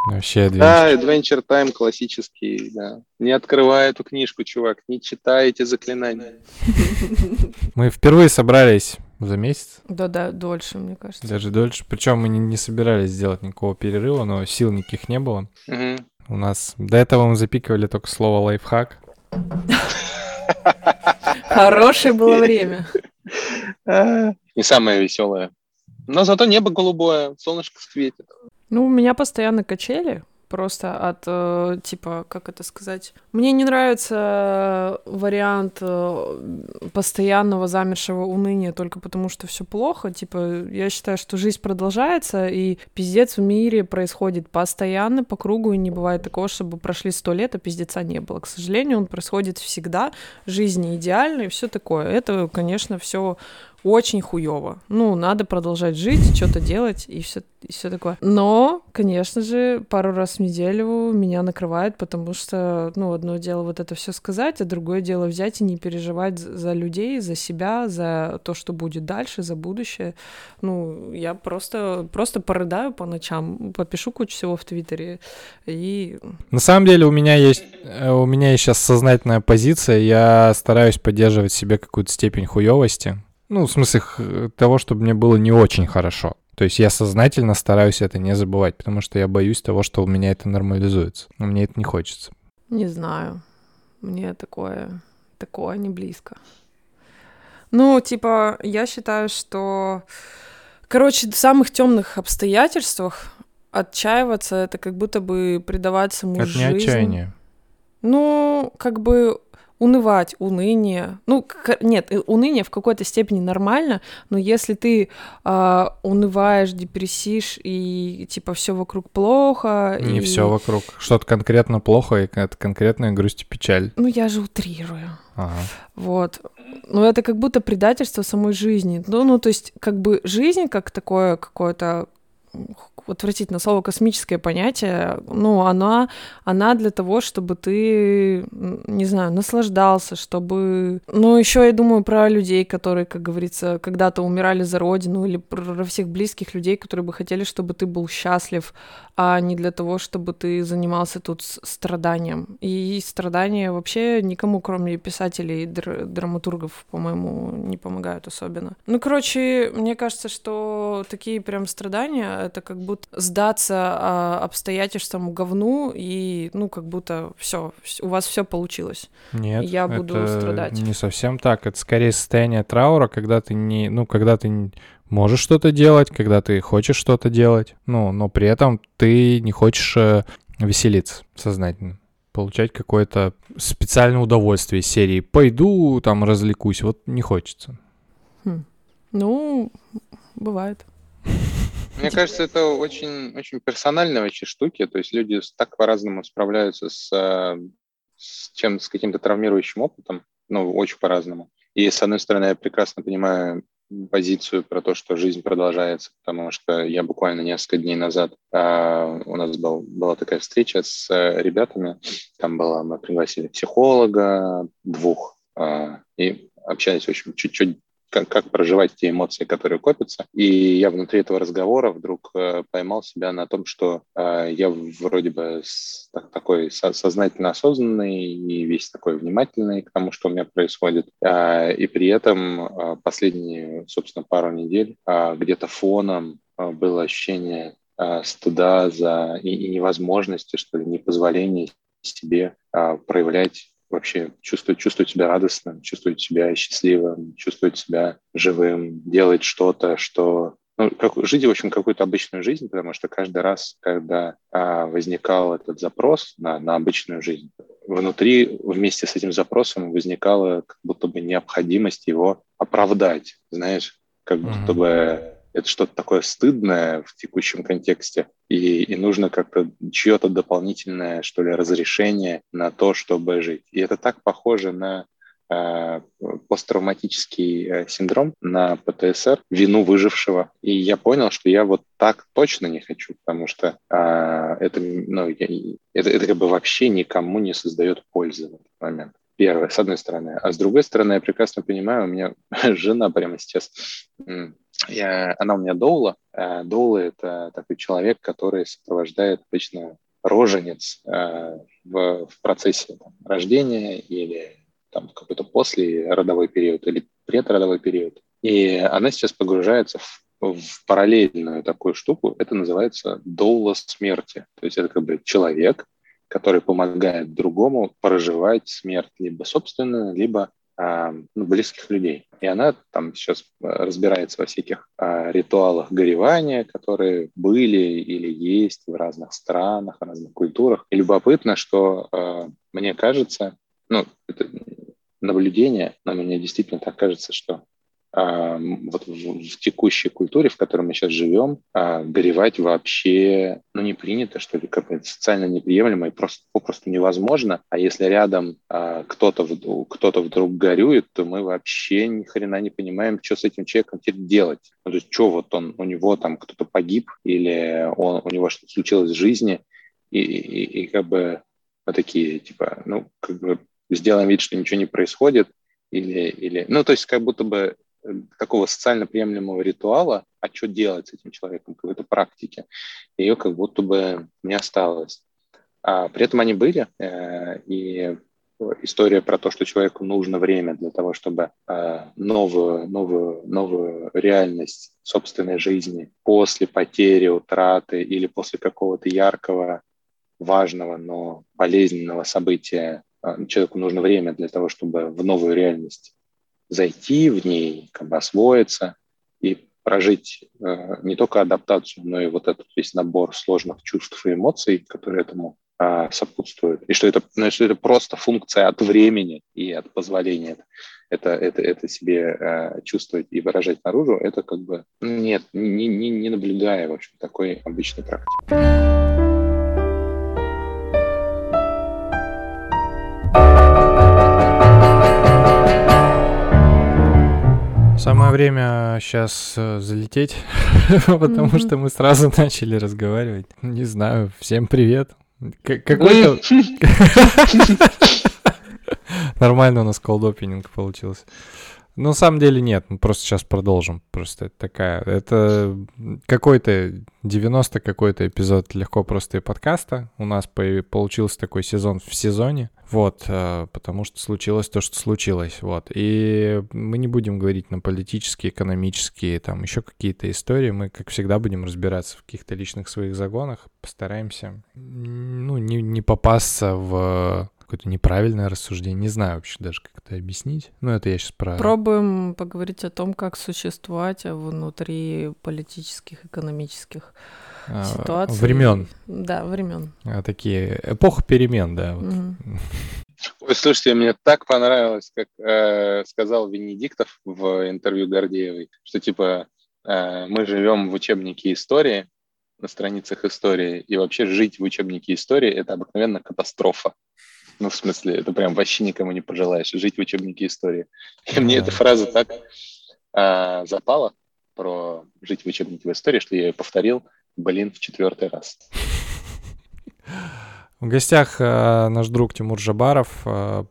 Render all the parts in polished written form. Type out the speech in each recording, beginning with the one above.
Вообще Да, адвенчер. Adventure Time классический, да. Не открывай эту книжку, чувак, не читай эти заклинания. Мы впервые собрались за месяц, Да-да, дольше, мне кажется. даже дольше. Причем мы не собирались сделать никакого перерыва, но сил никаких не было. Мгм. У нас до этого мы запикивали только слово лайфхак. Хорошее было время. Не самое веселое. Но зато небо голубое, солнышко светит. Ну, у меня постоянно качели. Просто от, типа, как это сказать? Мне не нравится вариант постоянного замершего уныния только потому, что все плохо. Типа, я считаю, что жизнь продолжается, и пиздец в мире происходит постоянно, по кругу, и не бывает такого, чтобы прошли 100 лет, а пиздеца не было. К сожалению, он происходит всегда. Жизнь не идеальна и все такое. Это, конечно, все очень хуёво. Ну, надо продолжать жить, что-то делать и все такое. Но, конечно же, пару раз в неделю меня накрывает, потому что, ну, одно дело вот это все сказать, а другое дело взять и не переживать за людей, за себя, за то, что будет дальше, за будущее. Ну, я просто порыдаю по ночам, попишу кучу всего в Твиттере и... На самом деле у меня есть сейчас сознательная позиция. Я стараюсь поддерживать в себе какую-то степень хуёвости. Ну, в смысле того, чтобы мне было не очень хорошо. То есть я сознательно стараюсь это не забывать, потому что я боюсь того, что у меня это нормализуется. Но мне это не хочется. Не знаю. Мне такое не близко. Ну, типа, я считаю, что... Короче, в самых темных обстоятельствах отчаиваться — это как будто бы предавать саму Это не жизнь. отчаяние. Ну, как бы унывать, уныние. Ну, нет, уныние в какой-то степени нормально, но если ты унываешь, депрессишь, и типа все вокруг плохо... Не и... все вокруг. Что-то конкретно плохо, и это конкретная грусть и печаль. Ну, я же утрирую. Ага. Вот. Ну, это как будто предательство самой жизни. Ну, то есть, как бы жизнь как такое какое-то отвратительное слово, космическое понятие, ну, она для того, чтобы ты, не знаю, наслаждался, чтобы... Ну, еще я думаю про людей, которые, как говорится, когда-то умирали за родину, или про всех близких людей, которые бы хотели, чтобы ты был счастлив, а не для того, чтобы ты занимался тут страданием. И страдания вообще никому, кроме писателей и драматургов, по-моему, не помогают особенно. Ну, короче, мне кажется, что такие прям страдания — это как будто сдаться обстоятельствам, говну, и, ну, как будто все, у вас все получилось. Нет, Я буду страдать. Не совсем так. Это скорее состояние траура, когда ты когда ты можешь что-то делать, когда ты хочешь что-то делать, ну, но при этом ты не хочешь веселиться сознательно, получать какое-то специальное удовольствие из серии «пойду, там, развлекусь», вот не хочется. Ну, бывает. Мне кажется, это очень, очень персональные вообще штуки. То есть люди так по-разному справляются с каким-то травмирующим опытом, ну, очень по-разному. И, с одной стороны, я прекрасно понимаю позицию про то, что жизнь продолжается, потому что я буквально несколько дней назад у нас была такая встреча с ребятами. Там мы пригласили психолога, двух, и общались, в общем, чуть-чуть как проживать те эмоции, которые копятся. И я внутри этого разговора вдруг поймал себя на том, что я вроде бы такой сознательно осознанный и весь такой внимательный к тому, что у меня происходит. И при этом последние, собственно, пару недель где-то фоном было ощущение стыда и невозможности, что ли, непозволения себе проявлять вообще чувствовать себя радостным, чувствовать себя счастливым, чувствовать себя живым, делать что-то, что... Ну, жить, в общем, какую-то обычную жизнь, потому что каждый раз, когда возникал этот запрос на обычную жизнь, внутри вместе с этим запросом возникала как будто бы необходимость его оправдать, знаешь, как будто бы это что-то такое стыдное в текущем контексте, и нужно как-то чье-то дополнительное, что ли, разрешение на то, чтобы жить. И это так похоже на посттравматический синдром, на ПТСР, вину выжившего. И я понял, что я вот так точно не хочу, потому что это как бы вообще никому не создает пользы в этот момент. Первое, с одной стороны. А с другой стороны, я прекрасно понимаю, у меня жена прямо сейчас, она у меня доула. Доула – это такой человек, который сопровождает обычно роженец в процессе рождения или там какой-то после родовой период или предродовой период. И она сейчас погружается в параллельную такую штуку. Это называется доула смерти. То есть это как бы человек, который помогает другому проживать смерть либо собственную, либо близких людей. И она там сейчас разбирается во всяких ритуалах горевания, которые были или есть в разных странах, в разных культурах. И любопытно, что мне кажется, это наблюдение, но мне действительно так кажется, что вот в текущей культуре, в которой мы сейчас живем, горевать вообще не принято, что ли, как это социально неприемлемо и попросту невозможно. А если рядом кто-то вдруг горюет, то мы вообще ни хрена не понимаем, что с этим человеком теперь делать. То есть, что вот у него там кто-то погиб или у него что-то случилось в жизни, и как бы мы такие, типа, как бы сделаем вид, что ничего не происходит, или то есть как будто бы такого социально приемлемого ритуала, а что делать с этим человеком, какой-то практики, ее как будто бы не осталось. При этом они были, и история про то, что человеку нужно время для того, чтобы новую реальность собственной жизни после потери, утраты или после какого-то яркого, важного, но болезненного события человеку нужно время для того, чтобы в новую реальность зайти в ней, как бы освоиться и прожить не только адаптацию, но и вот этот весь набор сложных чувств и эмоций, которые этому сопутствуют. И что это просто функция от времени и от позволения это себе чувствовать и выражать наружу, это как бы нет, не наблюдая, в общем, такой обычной практики. Самое время сейчас залететь, потому что мы сразу начали разговаривать. Не знаю, всем привет. Какой-то... Нормально у нас колд-опенинг получился. Но на самом деле нет, мы просто сейчас продолжим. Просто это какой-то 90 какой-то эпизод легко просто и подкаста. У нас получился такой сезон в сезоне. Вот, потому что случилось то, что случилось. Вот. И мы не будем говорить на политические, экономические, там еще какие-то истории. Мы, как всегда, будем разбираться в каких-то личных своих загонах. Постараемся, не попасться в какое-то неправильное рассуждение. Не знаю вообще даже, как это объяснить. Это я сейчас про... Пробуем поговорить о том, как существовать внутри политических, экономических ситуаций. Времен. Да, времен. Такие эпоха перемен, да. Вот. Ой, слушайте, мне так понравилось, как сказал Венедиктов в интервью Гордеевой, что типа мы живем в учебнике истории, на страницах истории, и вообще жить в учебнике истории – это обыкновенно катастрофа. В смысле, это прям вообще никому не пожелаешь, жить в учебнике истории. И мне эта фраза так запала про жить в учебнике истории, что я ее повторил, в 4-й раз. В гостях наш друг Тимур Жабаров,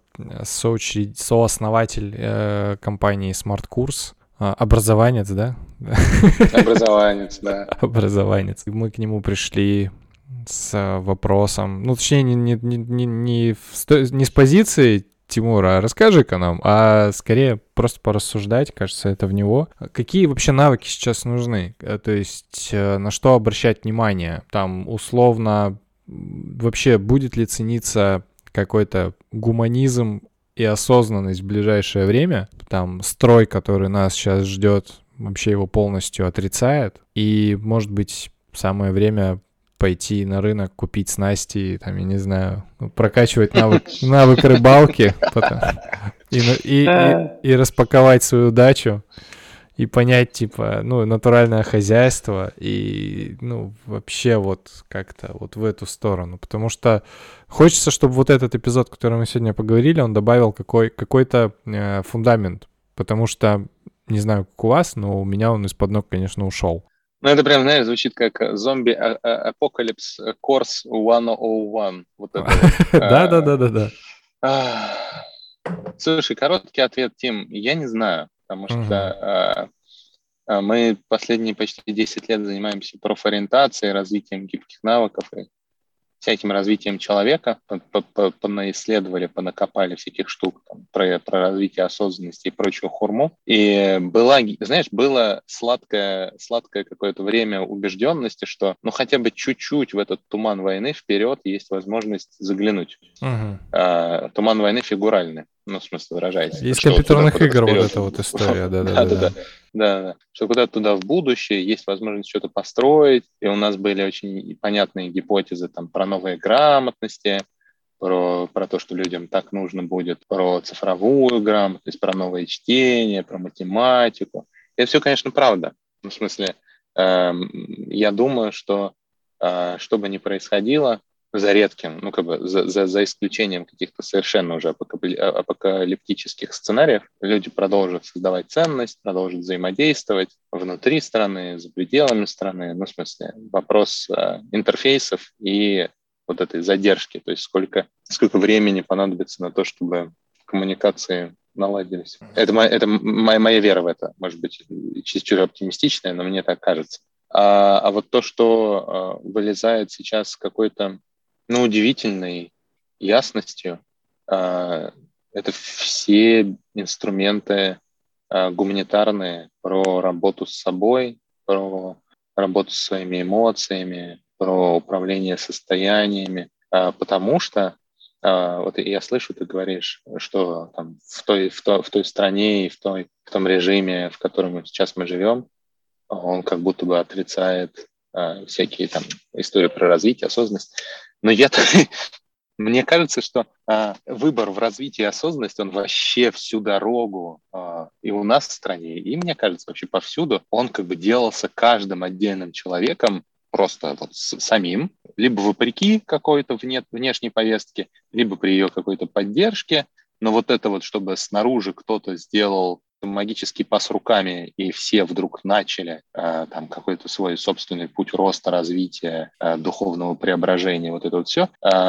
сооснователь компании Smart Course, образованец, да? Образованец, да. Образованец. Мы к нему пришли с вопросом, точнее, не с позиции Тимура, расскажи-ка нам, а скорее просто порассуждать, кажется, это в него. Какие вообще навыки сейчас нужны? То есть на что обращать внимание? Там условно вообще будет ли цениться какой-то гуманизм и осознанность в ближайшее время? Там строй, который нас сейчас ждет, вообще его полностью отрицает. И, может быть, самое время пойти на рынок, купить снасти, там, я не знаю, прокачивать навык рыбалки и распаковать свою дачу и понять, типа, натуральное хозяйство и, вообще вот как-то вот в эту сторону. Потому что хочется, чтобы вот этот эпизод, который мы сегодня поговорили, он добавил какой-то фундамент. Потому что, не знаю, как у вас, но у меня он из-под ног, конечно, ушел. Это прям, знаешь, звучит как зомби Apocalypse Course 101. Вот это. Да. Слушай, короткий ответ, Тим, я не знаю, потому что мы последние почти 10 лет занимаемся профориентацией, развитием гибких навыков и всяким развитием человека, понаисследовали, понакопали всяких штук там, про развитие осознанности и прочую хурму. И было сладкое какое-то время убежденности, что ну хотя бы чуть-чуть в этот туман войны вперед есть возможность заглянуть. Туман войны фигуральный, ну, в смысле, выражаясь. Из компьютерных игр вот эта вот история, да. Что куда-то туда в будущее есть возможность что-то построить, и у нас были очень понятные гипотезы там про новые грамотности, про то, что людям так нужно будет, про цифровую грамотность, про новое чтение, про математику. Это все, конечно, правда. Ну, в смысле, я думаю, что что бы ни происходило, за редким, ну, как бы за исключением каких-то совершенно уже апокалиптических сценариев, люди продолжат создавать ценность, продолжат взаимодействовать внутри страны, за пределами страны. Ну, в смысле, вопрос интерфейсов и вот этой задержки, то есть сколько времени понадобится на то, чтобы коммуникации наладились. Это моя вера в это, может быть, чересчур оптимистичная, но мне так кажется. А вот то, что вылезает сейчас с какой-то удивительной ясностью, это все инструменты гуманитарные про работу с собой, про работу с своими эмоциями, про управление состояниями, потому что вот я слышу, ты говоришь, что там в той стране и в том режиме, в котором сейчас мы живем, он как будто бы отрицает всякие там истории про развитие, осознанность. Но мне кажется, что выбор в развитии осознанности, он вообще всю дорогу и у нас в стране, и, мне кажется, вообще повсюду, он как бы делался каждым отдельным человеком просто вот самим, либо вопреки какой-то внешней повестке, либо при ее какой-то поддержке. Но вот это вот, чтобы снаружи кто-то сделал магический пас руками, и все вдруг начали там какой-то свой собственный путь роста, развития, духовного преображения, вот это вот все.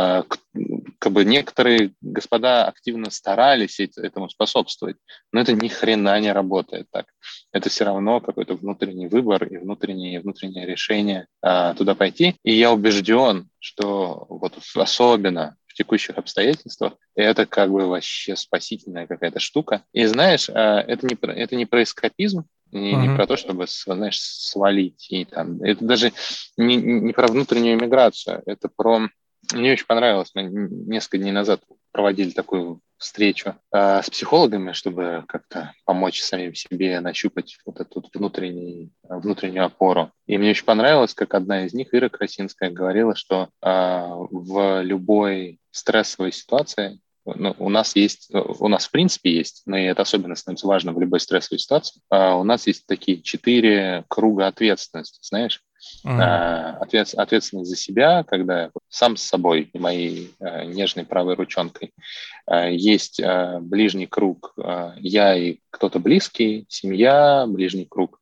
Как бы некоторые господа активно старались этому способствовать, но это ни хрена не работает так. Это все равно какой-то внутренний выбор и внутреннее решение туда пойти. И я убежден, что вот особенно в текущих обстоятельствах, это как бы вообще спасительная какая-то штука. И знаешь, это не про эскапизм, не про то, чтобы, знаешь, свалить. И там, это даже не про внутреннюю миграцию, это про... Мне очень понравилось, мы несколько дней назад проводили такую встречу с психологами, чтобы как-то помочь самим себе нащупать вот эту внутреннюю опору. И мне очень понравилось, как одна из них, Ира Красинская, говорила, что в любой стрессовой ситуации у нас в принципе есть, но и это особенно становится важно в любой стрессовой ситуации, у нас есть такие 4 круга ответственности, знаешь? Ответственность за себя, когда я сам с собой и моей нежной правой ручонкой. Есть ближний круг я и кто-то близкий, семья, ближний круг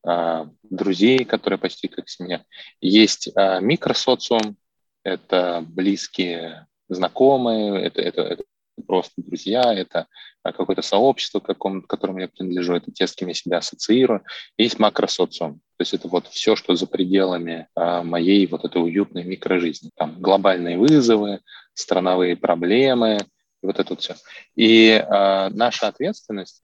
друзей, которые почти как семья. Есть микросоциум, это близкие знакомые, это просто друзья, это какое-то сообщество, к которому я принадлежу, это те, с кем я себя ассоциирую. Есть макросоциум, то есть это вот все, что за пределами моей вот этой уютной микрожизни. Там глобальные вызовы, страновые проблемы, вот это вот все. И наша ответственность,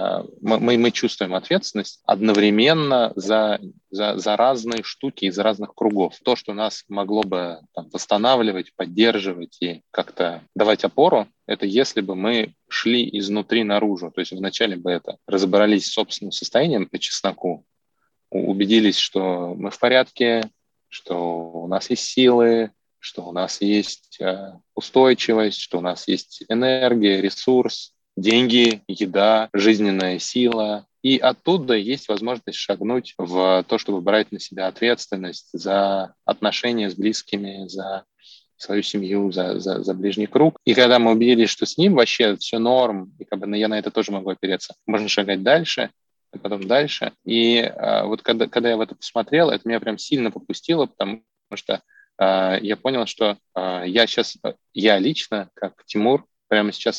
мы чувствуем ответственность одновременно за разные штуки из разных кругов. То, что нас могло бы там восстанавливать, поддерживать и как-то давать опору, это если бы мы шли изнутри наружу. То есть вначале бы разобрались с собственным состоянием по чесноку, убедились, что мы в порядке, что у нас есть силы, что у нас есть устойчивость, что у нас есть энергия, ресурс, деньги, еда, жизненная сила. И оттуда есть возможность шагнуть в то, чтобы брать на себя ответственность за отношения с близкими, за свою семью, за ближний круг. И когда мы убедились, что с ним вообще все норм, и как бы я на это тоже могу опереться, можно шагать дальше, и потом дальше. И вот когда я в это посмотрел, это меня прям сильно попустило, потому что я понял, что я лично, как Тимур, прямо сейчас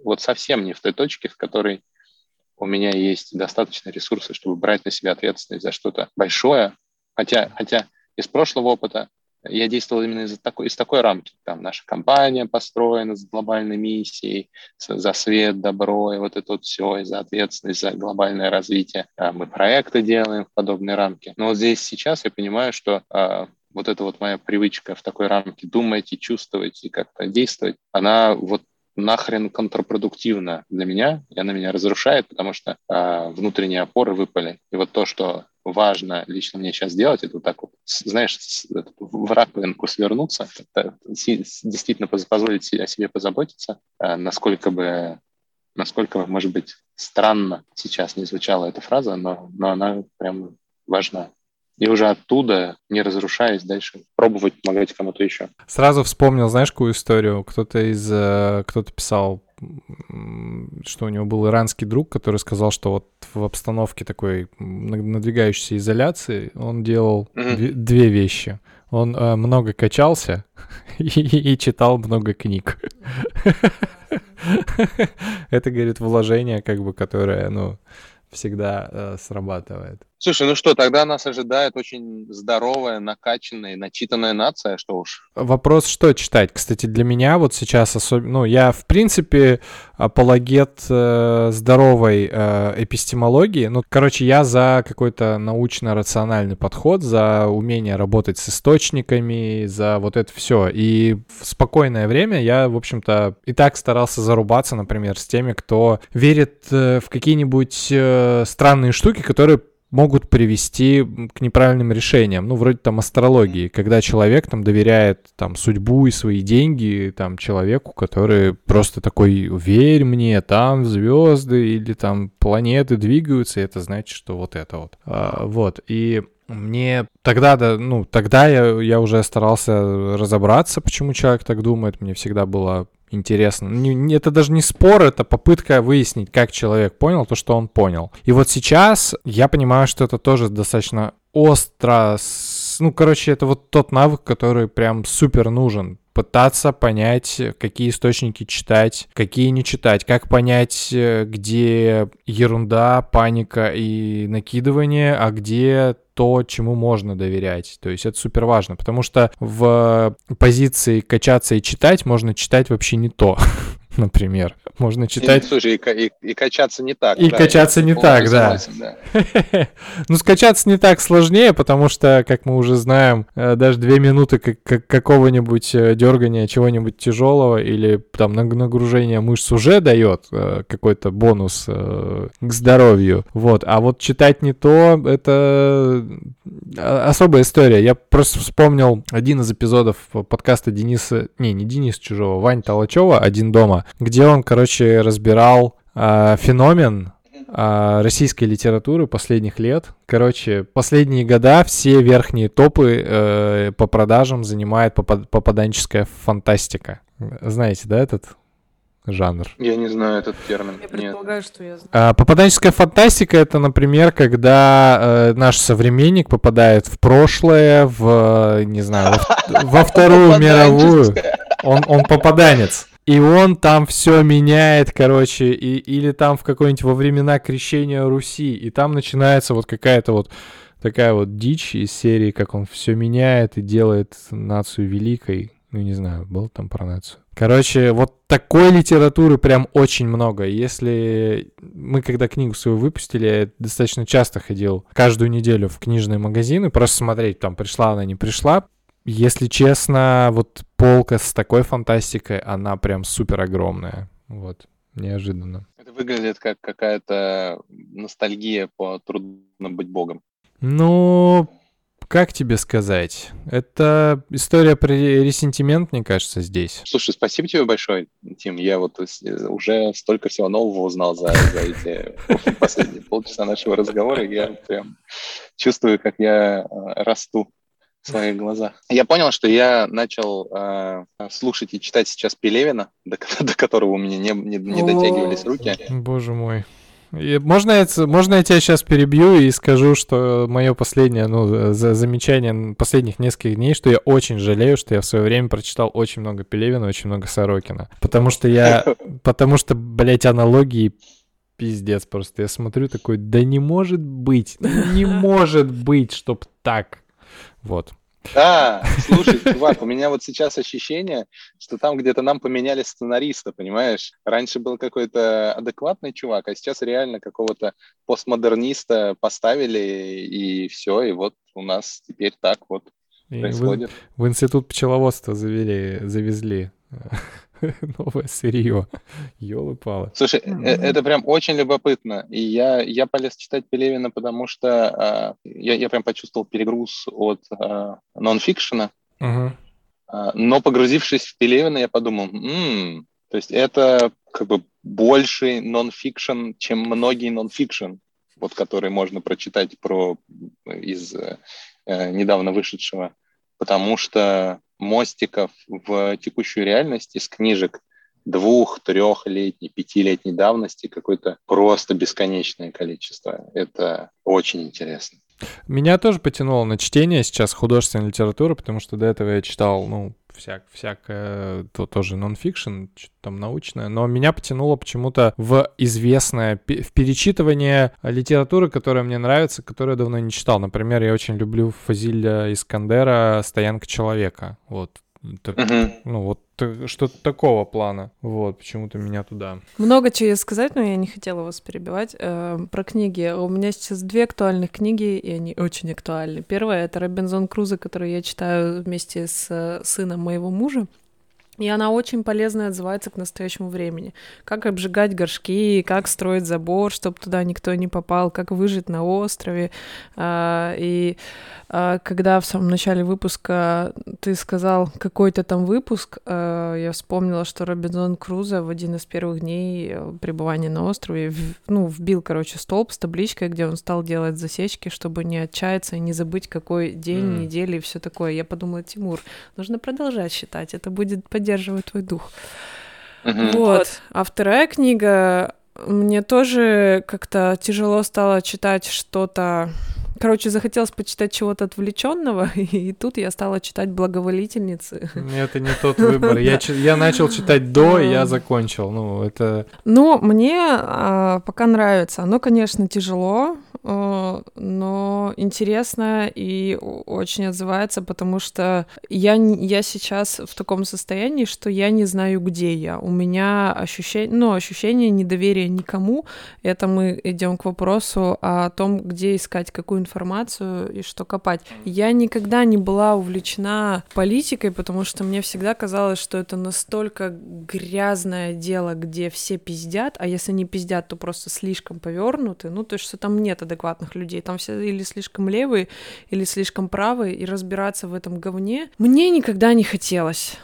вот совсем не в той точке, в которой у меня есть достаточно ресурсов, чтобы брать на себя ответственность за что-то большое. Хотя из прошлого опыта я действовал именно из такой рамки. Там наша компания построена с глобальной миссией, за свет, добро, и вот это вот все, и за ответственность, за глобальное развитие. Мы проекты делаем в подобной рамке. Но вот здесь сейчас я понимаю, что вот эта вот моя привычка в такой рамке думать и чувствовать, и как-то действовать, она вот нахрен контрпродуктивна для меня, и она меня разрушает, потому что внутренние опоры выпали. И вот то, что важно лично мне сейчас делать, это вот так вот, знаешь, в раковинку свернуться, действительно позволить о себе позаботиться, насколько бы, может быть, странно сейчас не звучала эта фраза, но она прям важна. И уже оттуда, не разрушаясь, дальше пробовать помогать кому-то еще. Сразу вспомнил, знаешь, какую историю? Кто-то писал, что у него был иранский друг, который сказал, что вот в обстановке такой надвигающейся изоляции он делал две вещи. Он много качался и читал много книг. Это, говорит, вложение, как бы, которое, всегда срабатывает. Слушай, ну что, тогда нас ожидает очень здоровая, накачанная, начитанная нация, что уж. Вопрос, что читать. Кстати, для меня вот сейчас особенно... я, в принципе, апологет здоровой эпистемологии. Я за какой-то научно-рациональный подход, за умение работать с источниками, за вот это все. И в спокойное время я, в общем-то, и так старался зарубаться, например, с теми, кто верит в какие-нибудь странные штуки, которые могут привести к неправильным решениям, вроде там астрологии, когда человек там доверяет там судьбу и свои деньги там человеку, который просто такой: верь мне, там звезды или там планеты двигаются, и это значит, что вот это вот. Вот, и мне тогда я уже старался разобраться, почему человек так думает, мне всегда было интересно. Это даже не спор, это попытка выяснить, как человек понял то, что он понял. И вот сейчас я понимаю, что это тоже достаточно остро. Это вот тот навык, который прям супер нужен. Пытаться понять, какие источники читать, какие не читать, как понять, где ерунда, паника и накидывание, а где то, чему можно доверять. То есть это супер важно, потому что в позиции качаться и читать можно читать вообще не то. Например, можно читать... Слушай, и качаться не так. И качаться не так, да. Скачаться не так сложнее, потому что, как мы уже знаем, даже 2 минуты какого-нибудь дергания чего-нибудь тяжелого или там нагружения мышц уже дает какой-то бонус к здоровью. Вот. А вот читать не то, это особая история. Я просто вспомнил один из эпизодов подкаста Дениса... Не Дениса Чужого, Вань Толачева «Один дома», где он, разбирал феномен российской литературы последних лет. Последние года все верхние топы по продажам занимает попаданческая фантастика. Знаете, да, этот жанр? Я не знаю этот термин. Я предполагаю, что я знаю. Попаданческая фантастика — это, например, когда наш современник попадает в прошлое, во Вторую мировую. Он попаданец. И он там все меняет, или там в какой-нибудь во времена крещения Руси, и там начинается вот какая-то вот такая вот дичь из серии, как он все меняет и делает нацию великой. Не знаю, был там про нацию. Вот такой литературы прям очень много. Если мы, когда книгу свою выпустили, я достаточно часто ходил каждую неделю в книжные магазины, просто смотреть, там пришла она, не пришла. Если честно, вот полка с такой фантастикой, она прям супер огромная. Вот, неожиданно. Это выглядит как какая-то ностальгия по «Трудно быть богом». Как тебе сказать? Это история про ресентимент, мне кажется, здесь. Слушай, спасибо тебе большое, Тим. Я вот уже столько всего нового узнал за эти последние полчаса нашего разговора. Я прям чувствую, как я расту в своих глазах. Я понял, что я начал слушать и читать сейчас Пелевина, до которого у меня не дотягивались руки. Боже мой. Можно я тебя сейчас перебью и скажу, что мое последнее, замечание последних нескольких дней, что я очень жалею, что я в свое время прочитал очень много Пелевина, очень много Сорокина. Потому что, блядь, аналогии пиздец просто. Я смотрю такой, да не может быть, чтоб так. Вот. Да, слушай, чувак, у меня вот сейчас ощущение, что там где-то нам поменяли сценариста, понимаешь? Раньше был какой-то адекватный чувак, а сейчас реально какого-то постмодерниста поставили, и все, и вот у нас теперь так вот происходит. В институт пчеловодства завезли новое сырье. Ёлы-палы. Слушай, это прям очень любопытно. И я полез читать Пелевина, потому что я прям почувствовал перегруз от нонфикшена. Но погрузившись в Пелевина, я подумал, то есть это как бы больший нонфикшн, чем многие нонфикшн, вот которые можно прочитать из недавно вышедшего. Потому что мостиков в текущую реальность из книжек 2-, 3-летней, 5-летней давности какое-то просто бесконечное количество. Это очень интересно. Меня тоже потянуло на чтение сейчас художественной литературы, потому что до этого я читал, всякое, тоже нон-фикшн, что-то там научное, но меня потянуло почему-то в перечитывание литературы, которая мне нравится, которую я давно не читал. Например, я очень люблю Фазиля Искандера «Стоянка человека». Вот. Что-то такого плана. Вот, почему-то меня туда. Много чего сказать, но я не хотела вас перебивать. Про книги. У меня сейчас 2 актуальных книги, и они очень актуальны. Первая — это «Робинзон Крузо», которую я читаю вместе с сыном моего мужа. И она очень полезно отзывается к настоящему времени. Как обжигать горшки, как строить забор, чтобы туда никто не попал, как выжить на острове. И когда в самом начале выпуска ты сказал какой-то там выпуск, я вспомнила, что Робинзон Крузо в один из первых дней пребывания на острове вбил, столб с табличкой, где он стал делать засечки, чтобы не отчаяться и не забыть, какой день, недели и все такое. Я подумала, Тимур, нужно продолжать считать, это будет поддерживать твой дух. Вот. А вторая книга, мне тоже как-то тяжело стало читать что-то. Захотелось почитать чего-то отвлеченного, и тут я стала читать «Благоволительницы». Это не тот выбор. Я начал читать до, и я закончил. Мне пока нравится. Оно, конечно, тяжело, но интересно и очень отзывается, потому что я сейчас в таком состоянии, что я не знаю, где я. У меня ощущение недоверия никому. Это мы идем к вопросу о том, где искать какую информацию и что копать. Я никогда не была увлечена политикой, потому что мне всегда казалось, что это настолько грязное дело, где все пиздят, а если не пиздят, то просто слишком повернуты, то есть что там нет адекватных людей, там все или слишком левые, или слишком правые, и разбираться в этом говне мне никогда не хотелось.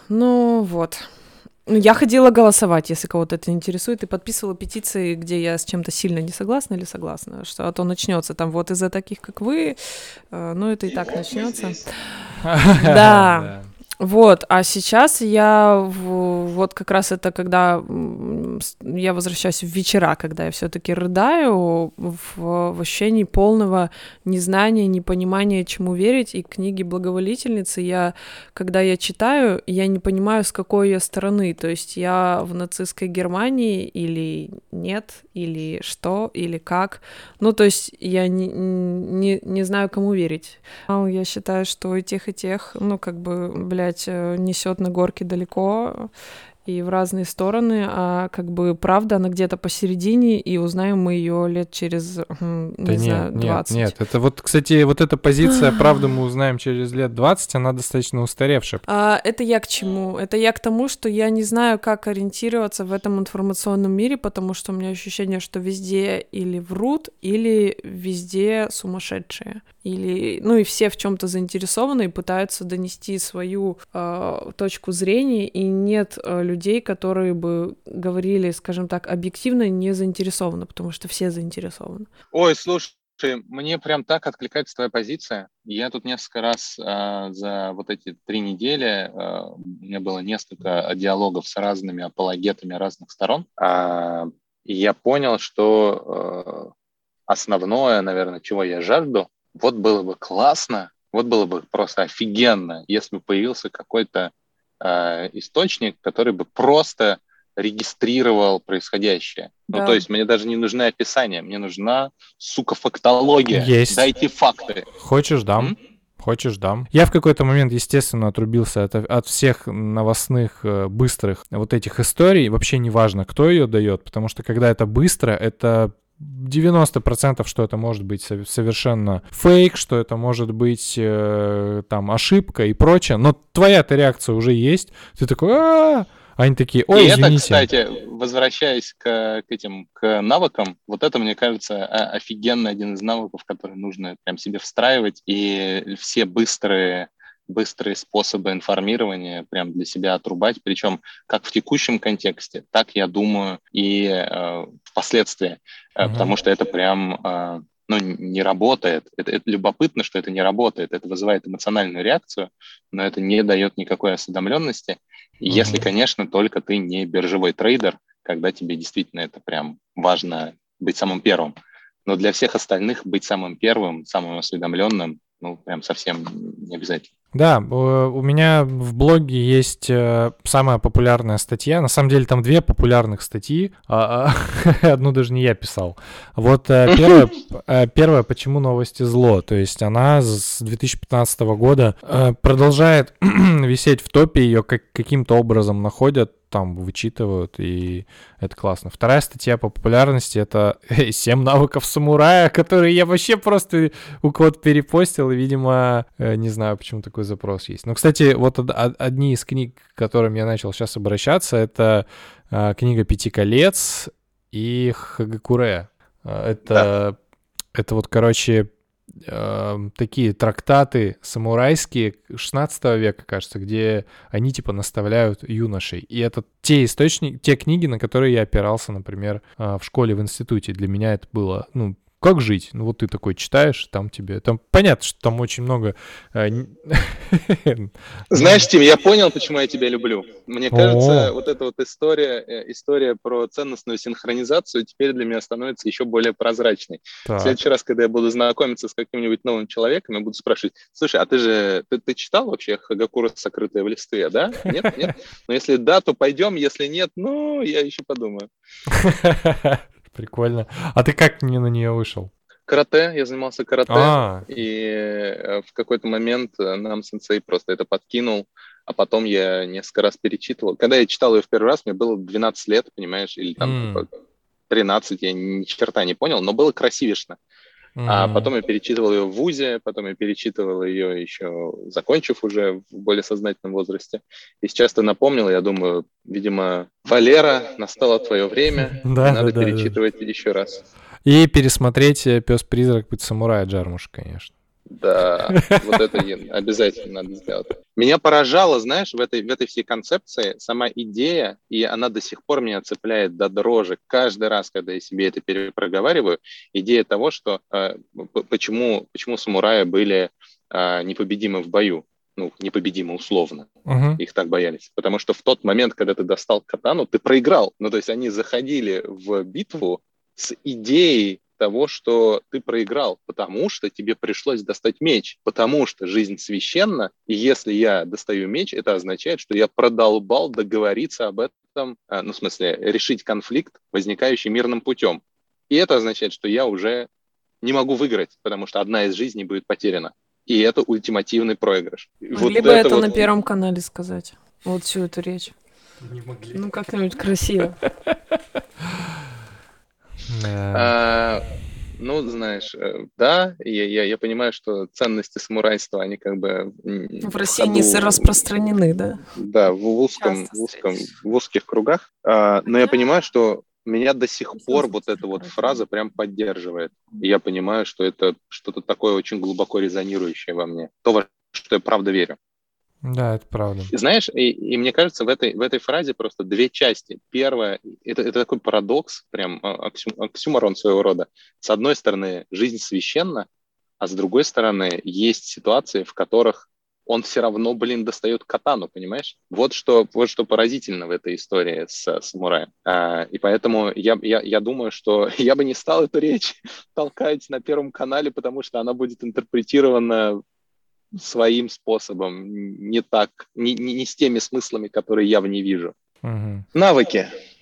Я ходила голосовать, если кого-то это интересует, и подписывала петиции, где я с чем-то сильно не согласна или согласна, что то начнется там вот из-за таких, как вы, это и так начнется. Да. Вот, а сейчас я как раз это, когда я возвращаюсь в вечера, когда я все-таки рыдаю в ощущении полного незнания, непонимания, чему верить, и книги «Благоволительницы» когда я читаю, я не понимаю, с какой я стороны, то есть я в нацистской Германии или нет, или что, или как, то есть я не знаю, кому верить. Я считаю, что и тех, несет на горке далеко и в разные стороны, а правда, она где-то посередине, и узнаем мы ее лет через, 20. Нет, это кстати, эта позиция «правду мы узнаем через лет 20», она достаточно устаревшая. Это я к чему? Это я к тому, что я не знаю, как ориентироваться в этом информационном мире, потому что у меня ощущение, что везде или врут, или везде сумасшедшие. И все в чем-то заинтересованы и пытаются донести свою точку зрения, и нет людей, которые бы говорили, скажем так, объективно не заинтересованы, потому что все заинтересованы. Ой, слушай, мне прям так откликается твоя позиция. Я тут несколько раз за эти 3 недели, у меня было несколько диалогов с разными апологетами разных сторон. И я понял, что основное, наверное, чего я жажду, вот было бы классно, вот было бы просто офигенно, если бы появился какой-то источник, который бы просто регистрировал происходящее. Ну, то Да. есть мне даже не нужны описания, мне нужна, сука, фактология. Есть. Дайте факты. Хочешь, дам. Хочешь, дам. Я в какой-то момент, естественно, отрубился от всех новостных, быстрых вот этих историй. Вообще не важно, кто ее дает, потому что когда это быстро, это 90%, что это может быть совершенно фейк, что это может быть там ошибка и прочее. Но твоя-то реакция уже есть. Ты такой, они такие, ой, И извините. это, кстати, возвращаясь к навыкам, вот это, мне кажется, офигенно один из навыков, который нужно прям себе встраивать, и все быстрые способы информирования прям для себя отрубать, причем как в текущем контексте, так, я думаю, и впоследствии, потому что это прям... не работает. Это любопытно, что это не работает. Это вызывает эмоциональную реакцию, но это не дает никакой осведомленности. Если, конечно, только ты не биржевой трейдер, когда тебе действительно это прям важно быть самым первым. Но для всех остальных быть самым первым, самым осведомленным, ну, прям совсем не обязательно. Да, у меня в блоге есть самая популярная статья. На самом деле там две популярных статьи. Одну даже не я писал. Вот первая «Почему новости зло?». То есть она с 2015 года продолжает висеть в топе. Ее каким-то образом находят, там вычитывают, и это классно. Вторая статья по популярности — это 7 навыков самурая, которые я вообще просто у кого-то перепостил, и, видимо, не знаю, почему такой запрос есть. Но, кстати, вот одни из книг, к которым я начал сейчас обращаться, это книга «Пяти колец» и Хагакуре. Это вот, короче, такие трактаты самурайские 16 века, кажется, где они типа наставляют юношей. И это те книги, на которые я опирался, например, в школе, в институте. Для меня это было, как жить? Ну вот ты такой читаешь, там понятно, что там очень много... Знаешь, Тим, я понял, почему я тебя люблю. Мне кажется, вот эта вот история про ценностную синхронизацию теперь для меня становится еще более прозрачной. В следующий раз, когда я буду знакомиться с каким-нибудь новым человеком, я буду спрашивать: слушай, а ты читал вообще Хагакура «Сокрытое в листве», да? Нет? Но если да, то пойдем, если нет, я еще подумаю. Прикольно. А ты как на нее вышел? Карате, я занимался карате, и в какой-то момент нам сенсей просто это подкинул, а потом я несколько раз перечитывал. Когда я читал ее в первый раз, мне было 12 лет, понимаешь, или там 13, я ни черта не понял, но было красивишно. А потом я перечитывал ее в вузе, потом я перечитывал ее еще, закончив уже в более сознательном возрасте. И сейчас ты напомнил, я думаю, видимо, Валера, настало твое время, надо перечитывать еще раз. И пересмотреть «Пес-призрак. Путь самурая» Джармуша, конечно. Да, вот это обязательно надо сделать. Меня поражало, знаешь, в этой всей концепции сама идея, и она до сих пор меня цепляет до дрожи каждый раз, когда я себе это перепроговариваю, идея того, что почему самураи были непобедимы в бою. Непобедимы условно. Их так боялись. Потому что в тот момент, когда ты достал катану, ты проиграл. То есть они заходили в битву с идеей того, что ты проиграл, потому что тебе пришлось достать меч, потому что жизнь священна, и если я достаю меч, это означает, что я продолбал договориться об этом, в смысле, решить конфликт, возникающий мирным путем. И это означает, что я уже не могу выиграть, потому что одна из жизней будет потеряна. И это ультимативный проигрыш. Могли бы это на Первом канале сказать, вот всю эту речь. Не могли. Как-нибудь красиво. Знаешь, да, я понимаю, что ценности самурайства, они как бы... В России не распространены, да? Да, в узких кругах. Но я понимаю, что меня до сих пор вот эта вот фраза прям поддерживает. И я понимаю, что это что-то такое очень глубоко резонирующее во мне. То, во что я правда верю. Да, это правда. Знаешь, и мне кажется, в этой фразе просто две части. Первая, это такой парадокс, прям оксюморон своего рода. С одной стороны, жизнь священна, а с другой стороны, есть ситуации, в которых он все равно, достает катану, понимаешь? Вот что поразительно в этой истории с самураем. И поэтому я думаю, что я бы не стал эту речь толкать на Первом канале, потому что она будет интерпретирована своим способом, не так, не с теми смыслами, которые я в ней вижу. Мгм. Навыки.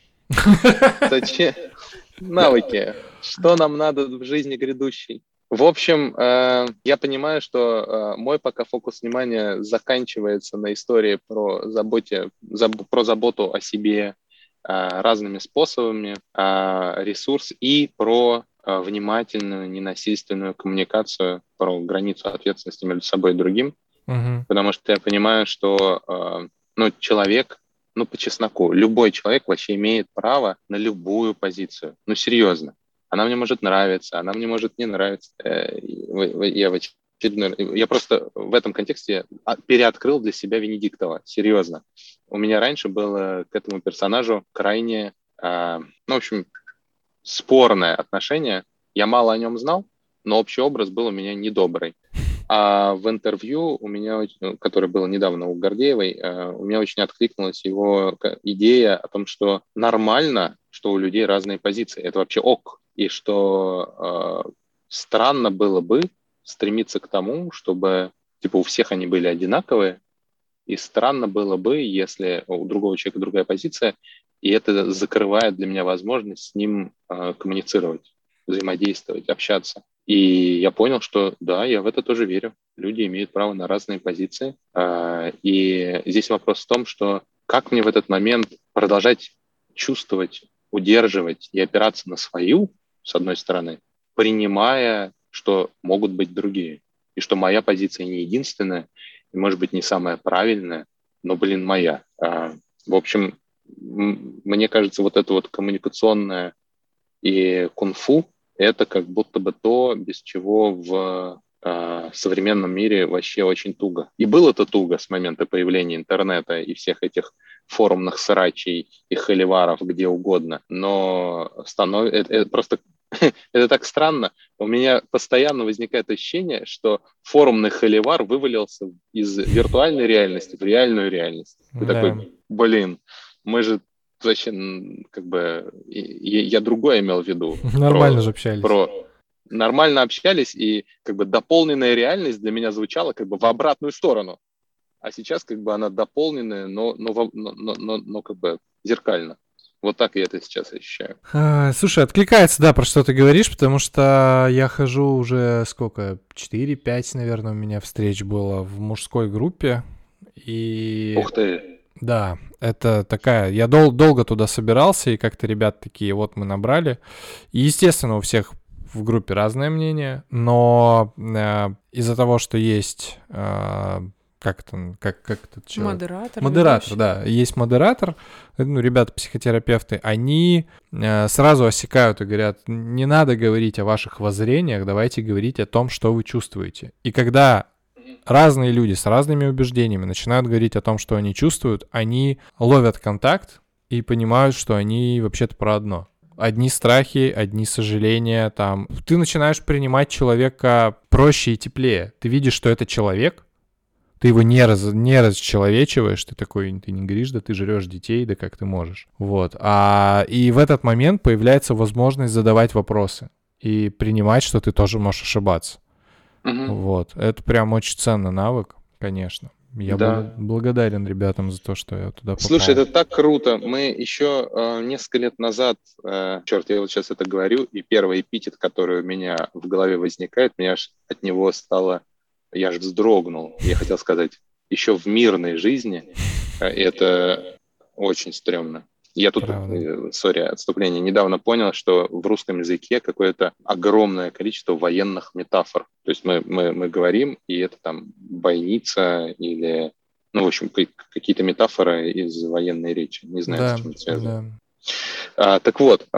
Навыки. Что нам надо в жизни грядущей? В общем, я понимаю, что мой пока фокус внимания заканчивается на истории про заботу о себе разными способами, ресурс и про внимательную, ненасильственную коммуникацию, про границу ответственности между собой и другим. Мгм. Потому что я понимаю, что человек, по чесноку, любой человек вообще имеет право на любую позицию. Серьезно. Она мне может нравиться, она мне может не нравиться. Я просто в этом контексте переоткрыл для себя Венедиктова. Серьезно. У меня раньше было к этому персонажу крайне, спорное отношение. Я мало о нем знал, но общий образ был у меня недобрый. А в интервью у меня, которое было недавно у Гордеевой, у меня очень откликнулась его идея о том, что нормально, что у людей разные позиции. Это вообще ок. И что странно было бы стремиться к тому, чтобы у всех они были одинаковые. И странно было бы, если у другого человека другая позиция, и это закрывает для меня возможность с ним коммуницировать, взаимодействовать, общаться. И я понял, что да, я в это тоже верю. Люди имеют право на разные позиции. И здесь вопрос в том, что как мне в этот момент продолжать чувствовать, удерживать и опираться на свою, с одной стороны, принимая, что могут быть другие, и что моя позиция не единственная, и, может быть, не самая правильная, но, моя. В общем, мне кажется, вот это вот коммуникационное и кунг-фу – это как будто бы то, без чего в современном мире вообще очень туго. И было это туго с момента появления интернета и всех этих форумных срачей и холиваров где угодно. Но это просто это так странно. У меня постоянно возникает ощущение, что форумный холивар вывалился из виртуальной реальности в реальную реальность. Ты такой, мы же вообще, я другое имел в виду. Нормально же общались. Нормально общались, и дополненная реальность для меня звучала в обратную сторону. А сейчас она дополненная, но зеркально. Вот так я это сейчас ощущаю. Слушай, откликается, да, про что ты говоришь, потому что я хожу уже 4-5, наверное, у меня встреч было в мужской группе. И... Ух ты! Да, это такая... Я долго туда собирался, и как-то ребят такие, вот мы набрали. И, естественно, у всех в группе разное мнение, но из-за того, что есть... Как этот человек? Модератор, да. Есть модератор, ребята-психотерапевты, они сразу осекают и говорят, не надо говорить о ваших воззрениях, давайте говорить о том, что вы чувствуете. И когда разные люди с разными убеждениями начинают говорить о том, что они чувствуют, они ловят контакт и понимают, что они вообще-то про одно. Одни страхи, одни сожаления, там. Ты начинаешь принимать человека проще и теплее. Ты видишь, что это человек, ты его не расчеловечиваешь, ты не говоришь, да ты жрешь детей, да как ты можешь. Вот. И в этот момент появляется возможность задавать вопросы и принимать, что ты тоже можешь ошибаться. Угу. Вот. Это прям очень ценный навык, конечно. Я благодарен ребятам за то, что я туда попал. Слушай, это так круто. Мы еще несколько лет назад, я вот сейчас это говорю, и первый эпитет, который у меня в голове возникает, меня аж от него стало... Я аж вздрогнул. Я хотел сказать, еще в мирной жизни это очень стрёмно. Я тут, отступление, недавно понял, что в русском языке какое-то огромное количество военных метафор. То есть мы говорим, и это там бойница или, в общем, какие-то метафоры из военной речи. Не знаю, с чем это связано. Да. Так вот,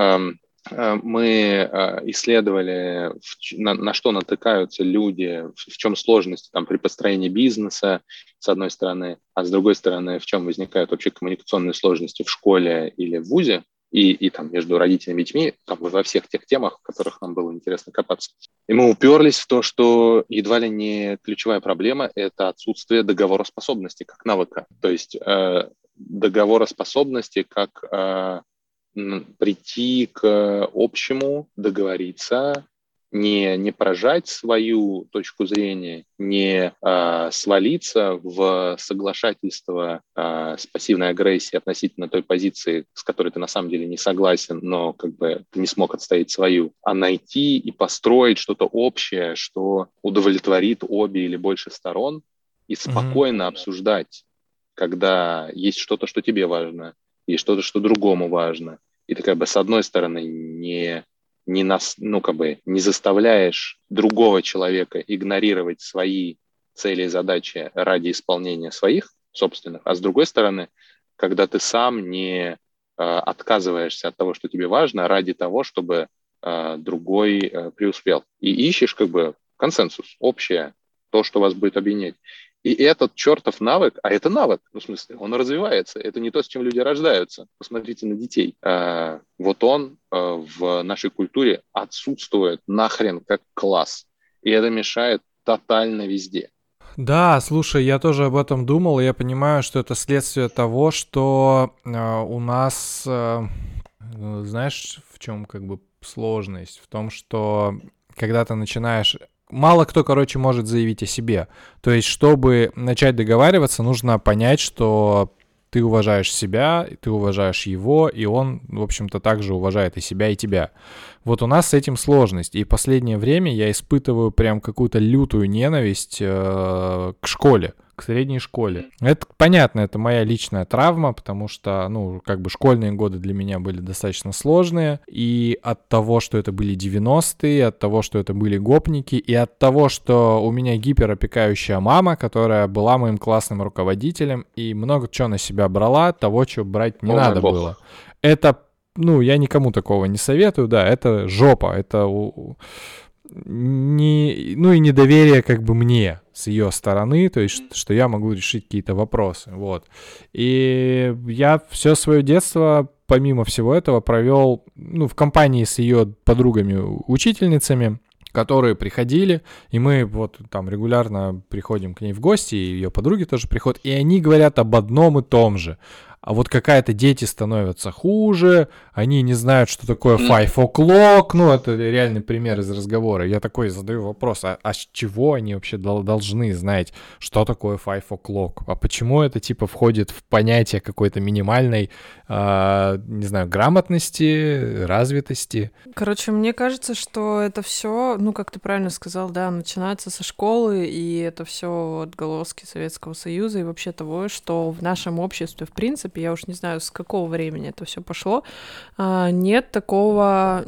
мы исследовали, на что натыкаются люди, в чем сложности при построении бизнеса, с одной стороны, а с другой стороны, в чем возникают вообще коммуникационные сложности в школе или в вузе. и там между родителями и детьми, там, во всех тех темах, в которых нам было интересно копаться. И мы уперлись в то, что едва ли не ключевая проблема – это отсутствие договороспособности как навыка. То есть договороспособности как прийти к общему, договориться, не поражать свою точку зрения, не свалиться в соглашательство с пассивной агрессией относительно той позиции, с которой ты на самом деле не согласен, но как бы ты не смог отстоять свою, а найти и построить что-то общее, что удовлетворит обе или больше сторон, и спокойно обсуждать, когда есть что-то, что тебе важно, и что-то, что другому важно. И ты как бы с одной стороны не заставляешь другого человека игнорировать свои цели и задачи ради исполнения своих собственных, а с другой стороны, когда ты сам не отказываешься от того, что тебе важно, ради того, чтобы другой преуспел. И ищешь как бы консенсус, общее, то, что вас будет объединять. И этот чертов навык, а это навык, в смысле, он развивается. Это не то, с чем люди рождаются. Посмотрите на детей. Вот он в нашей культуре отсутствует нахрен как класс. И это мешает тотально везде. Да, слушай, я тоже об этом думал, и я понимаю, что это следствие того, что у нас, знаешь, в чем как бы сложность? В том, что когда ты начинаешь... Мало кто, короче, может заявить о себе. То есть, чтобы начать договариваться, нужно понять, что ты уважаешь себя, ты уважаешь его, и он, в общем-то, также уважает и себя, и тебя. Вот у нас с этим сложность. И в последнее время я испытываю прям какую-то лютую ненависть к школе, к средней школе. Это понятно, это моя личная травма, потому что, как бы школьные годы для меня были достаточно сложные, и от того, что это были 90-е, от того, что это были гопники, и от того, что у меня гиперопекающая мама, которая была моим классным руководителем, и много чего на себя брала, того, чего брать не надо было. Это, я никому такого не советую, да, это жопа, это... и недоверие как бы мне с ее стороны, то есть, что я могу решить какие-то вопросы, вот. И я все свое детство, помимо всего этого, провел, в компании с ее подругами-учительницами, которые приходили, и мы вот там регулярно приходим к ней в гости, и ее подруги тоже приходят, и они говорят об одном и том же. А вот какая-то дети становятся хуже, они не знают, что такое 5 o'clock, это реальный пример из разговора. Я такой задаю вопрос, а с чего они вообще должны знать, что такое 5 o'clock? А почему это типа входит в понятие какой-то минимальной, не знаю, грамотности, развитости? Короче, мне кажется, что это все, как ты правильно сказал, да, начинается со школы, и это все отголоски Советского Союза и вообще того, что в нашем обществе, в принципе, я уж не знаю, с какого времени это все пошло, нет такого,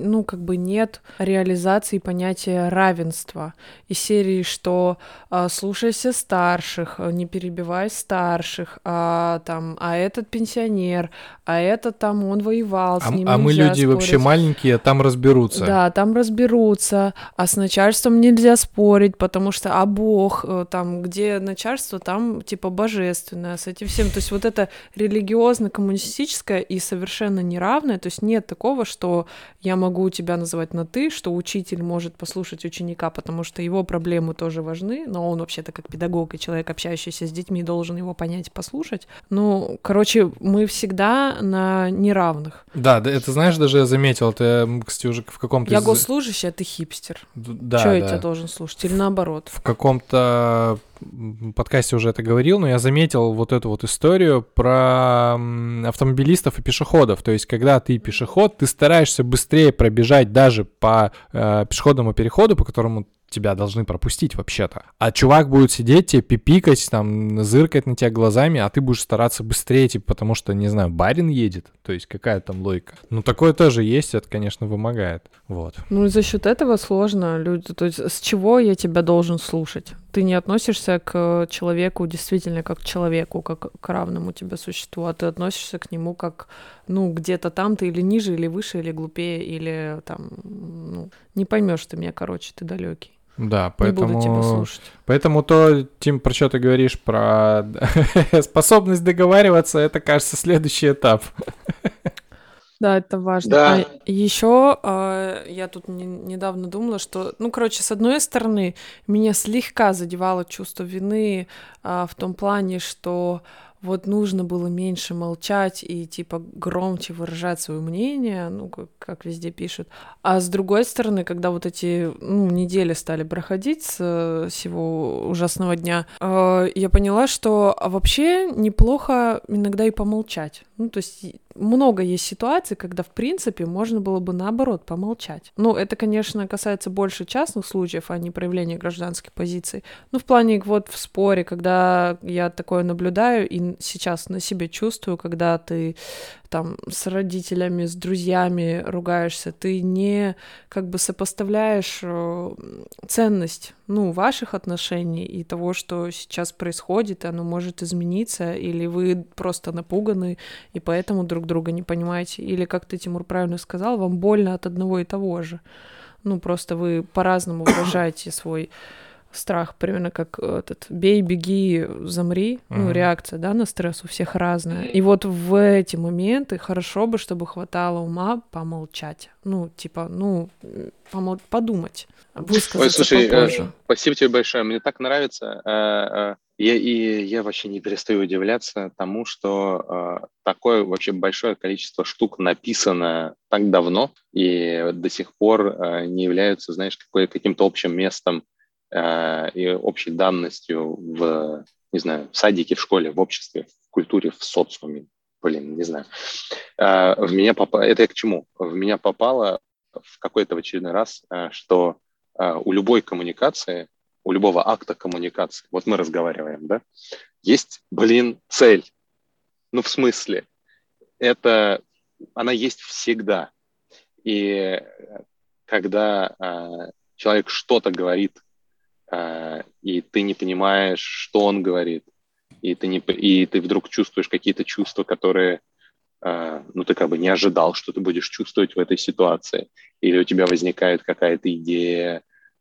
нет реализации понятия равенства. Из серии, что слушайся старших, не перебивай старших, а этот пенсионер, а этот там он воевал, с ним нельзя мы люди спорить. Вообще маленькие, там разберутся. Да, там разберутся, а с начальством нельзя спорить, потому что, Бог, там, где начальство, там, типа, божественное, с этим всем, то есть вот это религиозно-коммунистическое и совершенно неравное, то есть нет такого, что я могу тебя называть на «ты», что учитель может послушать ученика, потому что его проблемы тоже важны, но он вообще-то как педагог и человек, общающийся с детьми, должен его понять и послушать. Короче, мы всегда на неравных. Да, это, знаешь, даже я заметил, ты, кстати, уже в каком-то... Я госслужащий, а ты хипстер. Да, Чё я тебя должен слушать? Или наоборот? В каком-то подкасте уже это говорил, но я заметил вот эту вот историю про автомобилистов и пешеходов. То есть, когда ты пешеход, ты стараешься быстрее пробежать даже по пешеходному переходу, по которому тебя должны пропустить вообще-то. А чувак будет сидеть тебе пипикать, там, зыркать на тебя глазами, а ты будешь стараться быстрее, типа, потому что, не знаю, барин едет. То есть, какая там логика? Такое тоже есть, это, конечно, вымогает. Вот. И за счет этого сложно люди. То есть, с чего я тебя должен слушать? Ты не относишься к человеку действительно как к человеку, как к равному тебе существу, а ты относишься к нему как, где-то там ты или ниже, или выше, или глупее, или там, не поймешь ты меня, короче, ты далекий. Да, поэтому... Не буду тебя слушать. Поэтому то, Тим, про что ты говоришь, про способность договариваться, это, кажется, следующий этап. Да, это важно. А Да, еще я тут недавно думала, что, ну, короче, с одной стороны, меня слегка задевало чувство вины в том плане, что вот нужно было меньше молчать и типа громче выражать свое мнение, ну, как везде пишут. А с другой стороны, когда вот эти недели стали проходить с сего ужасного дня, я поняла, что вообще неплохо иногда и помолчать. Ну, то есть много есть ситуаций, когда, в принципе, можно было бы наоборот помолчать. Ну, это, конечно, касается больше частных случаев, а не проявления гражданских позиций. Ну, в плане вот в споре, когда я такое наблюдаю и сейчас на себе чувствую, когда ты там с родителями, с друзьями ругаешься, ты не как бы сопоставляешь ценность, ну, ваших отношений и того, что сейчас происходит, и оно может измениться, или вы просто напуганы, и поэтому друг друга не понимаете, или, как ты, Тимур, правильно сказал, вам больно от одного и того же. Ну, просто вы по-разному выражаете свой страх, примерно как этот «бей, беги, замри», ну, реакция, да, на стресс у всех разная. И вот в эти моменты хорошо бы, чтобы хватало ума помолчать. Ну, типа, подумать, Ой, высказаться слушай, попозже. спасибо тебе большое. Мне так нравится. Я вообще не перестаю удивляться тому, что такое вообще большое количество штук написано так давно и до сих пор не являются, знаешь, каким-то общим местом и общей данностью в, не знаю, в садике, в школе, в обществе, в культуре, в социуме. Блин, не знаю. Это я к чему? В меня попало в какой-то в очередной раз, что у любой коммуникации, у любого акта коммуникации, вот мы разговариваем, да, есть, цель. Ну, в смысле, она есть всегда. И когда человек что-то говорит, и ты не понимаешь, что он говорит, и ты вдруг чувствуешь какие-то чувства, которые ты как бы не ожидал, что ты будешь чувствовать в этой ситуации, или у тебя возникает какая-то идея,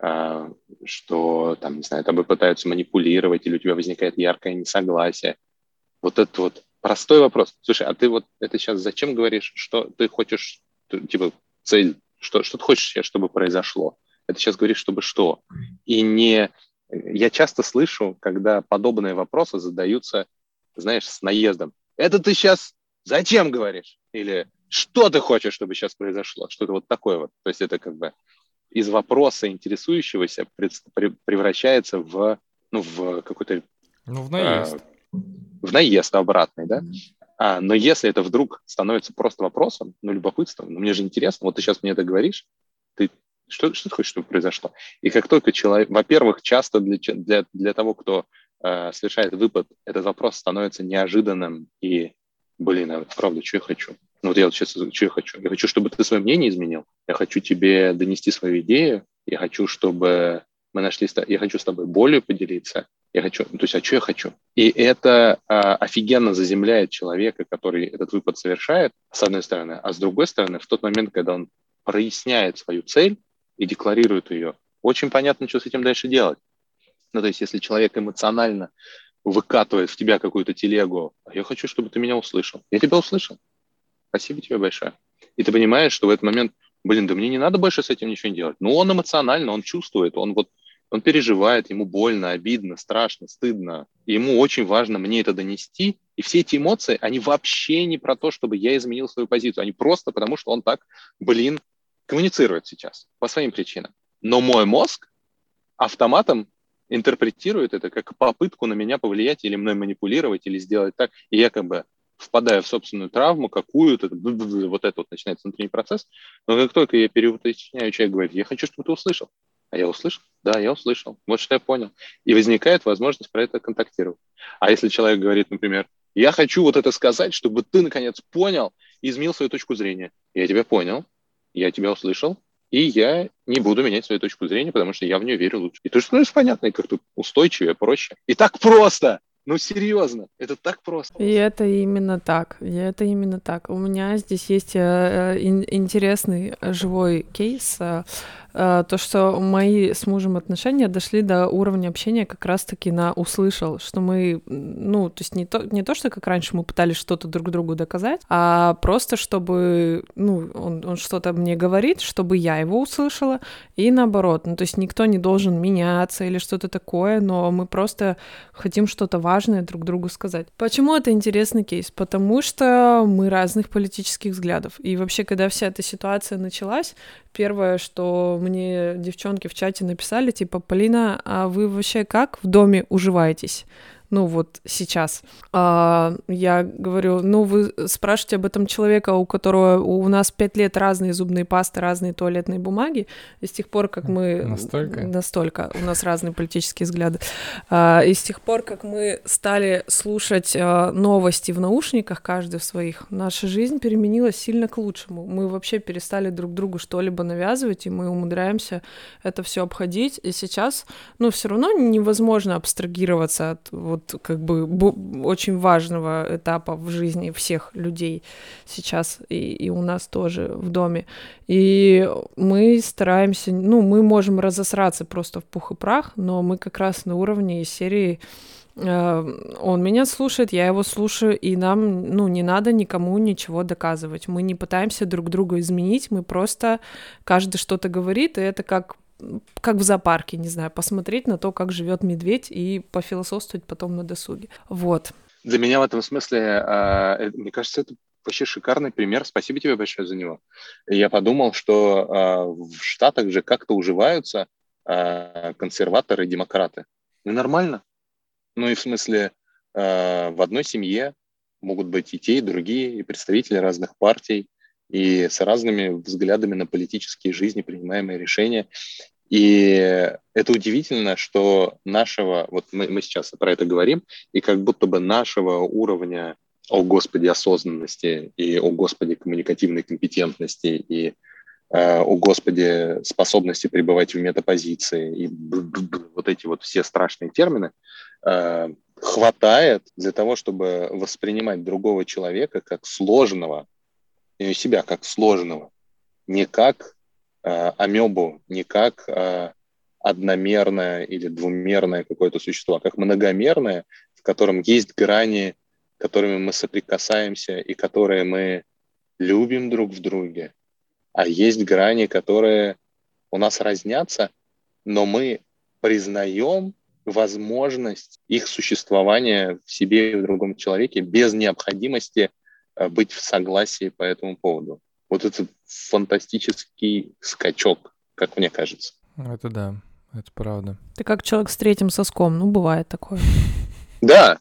что, там, не знаю, тобой пытаются манипулировать, или у тебя возникает яркое несогласие. Вот это вот простой вопрос. Слушай, а ты вот это сейчас зачем говоришь, что ты хочешь, типа, цель, что ты хочешь сейчас, чтобы произошло? Это сейчас говоришь, чтобы что? И не... Я часто слышу, когда подобные вопросы задаются, знаешь, с наездом. Это ты сейчас зачем говоришь? Или что ты хочешь, чтобы сейчас произошло? Что-то вот такое вот. То есть это как бы из вопроса интересующегося превращается в какой-то В наезд. в наезд обратный, да? Но если это вдруг становится просто вопросом, любопытством, мне же интересно, вот ты сейчас мне это говоришь, ты что ты хочешь, чтобы произошло? И как только человек, во-первых, часто для того, кто совершает выпад, этот вопрос становится неожиданным и, правда, что я хочу? Вот я вот сейчас, что я хочу? Я хочу, чтобы ты свое мнение изменил, я хочу тебе донести свою идею, я хочу, чтобы я хочу с тобой болью поделиться, я хочу, то есть, что я хочу? И это офигенно заземляет человека, который этот выпад совершает, с одной стороны, а с другой стороны, в тот момент, когда он проясняет свою цель и декларирует ее, очень понятно, что с этим дальше делать. Ну, то есть, если человек эмоционально выкатывает в тебя какую-то телегу, я хочу, чтобы ты меня услышал. Я тебя услышал. Спасибо тебе большое. И ты понимаешь, что в этот момент, да мне не надо больше с этим ничего не делать. Ну, он эмоционально, он чувствует, он переживает, ему больно, обидно, страшно, стыдно. И ему очень важно мне это донести. И все эти эмоции, они вообще не про то, чтобы я изменил свою позицию. Они просто потому, что он так, коммуницирует сейчас по своим причинам. Но мой мозг автоматом интерпретирует это как попытку на меня повлиять или мной манипулировать, или сделать так. И я как бы впадаю в собственную травму какую-то, вот это вот начинается внутренний процесс. Но как только я переуточняю, человек говорит, я хочу, чтобы ты услышал. А я услышал? Да, я услышал. Вот что я понял. И возникает возможность про это контактировать. А если человек говорит, например, я хочу вот это сказать, чтобы ты, наконец, понял и изменил свою точку зрения. Я тебя понял, я тебя услышал, и я не буду менять свою точку зрения, потому что я в нее верю лучше. И то, что становится понятно, и как-то устойчивее, проще. И так просто! Ну, серьезно, это так просто. И это именно так. У меня здесь есть интересный живой кейс. то, что мои с мужем отношения дошли до уровня общения как раз-таки на услышал, что мы, ну, то есть не то, что как раньше мы пытались что-то друг другу доказать, а просто чтобы, ну, он что-то мне говорит, чтобы я его услышала, и наоборот. Ну, то есть никто не должен меняться или что-то такое, но мы просто хотим что-то важное друг другу сказать. Почему это интересный кейс? Потому что мы разных политических взглядов. И вообще, когда вся эта ситуация началась, первое, что мне девчонки в чате написали, типа, Полина, а вы вообще как в доме уживаетесь? Ну вот сейчас. Я говорю, ну вы спрашиваете об этом человека, у которого у нас 5 лет разные зубные пасты, разные туалетные бумаги, и с тех пор, как мы... Настолько. У нас разные политические взгляды. И с тех пор, как мы стали слушать новости в наушниках, каждый в своих, наша жизнь переменилась сильно к лучшему. Мы вообще перестали друг другу что-либо навязывать, и мы умудряемся это все обходить. И сейчас, ну, все равно невозможно абстрагироваться от вот как бы очень важного этапа в жизни всех людей сейчас, и у нас тоже в доме. И мы стараемся, ну, мы можем разосраться просто в пух и прах, но мы как раз на уровне из серии он меня слушает, я его слушаю, и нам, ну, не надо никому ничего доказывать. Мы не пытаемся друг друга изменить, мы просто каждый что-то говорит, и это как в зоопарке, не знаю, посмотреть на то, как живет медведь, и пофилософствовать потом на досуге. Вот. Для меня в этом смысле, мне кажется, это вообще шикарный пример. Спасибо тебе большое за него. Я подумал, что в Штатах же как-то уживаются консерваторы и демократы. Ну, нормально. Ну, и в смысле, в одной семье могут быть и те, и другие, и представители разных партий, и с разными взглядами на политические жизни, принимаемые решения. И это удивительно, что нашего, вот мы сейчас про это говорим, и как будто бы нашего уровня, о господи, осознанности, и о господи, коммуникативной компетентности, и о господи, способности пребывать в метапозиции, и вот эти вот все страшные термины, хватает для того, чтобы воспринимать другого человека как сложного, и себя как сложного, не как амебу, не как одномерное или двумерное какое-то существо, а как многомерное, в котором есть грани, которыми мы соприкасаемся и которые мы любим друг в друге, а есть грани, которые у нас разнятся, но мы признаем возможность их существования в себе и в другом человеке без необходимости быть в согласии по этому поводу. Вот это фантастический скачок, как мне кажется. Это да, это правда. Ты как человек с третьим соском, ну, бывает такое. Да.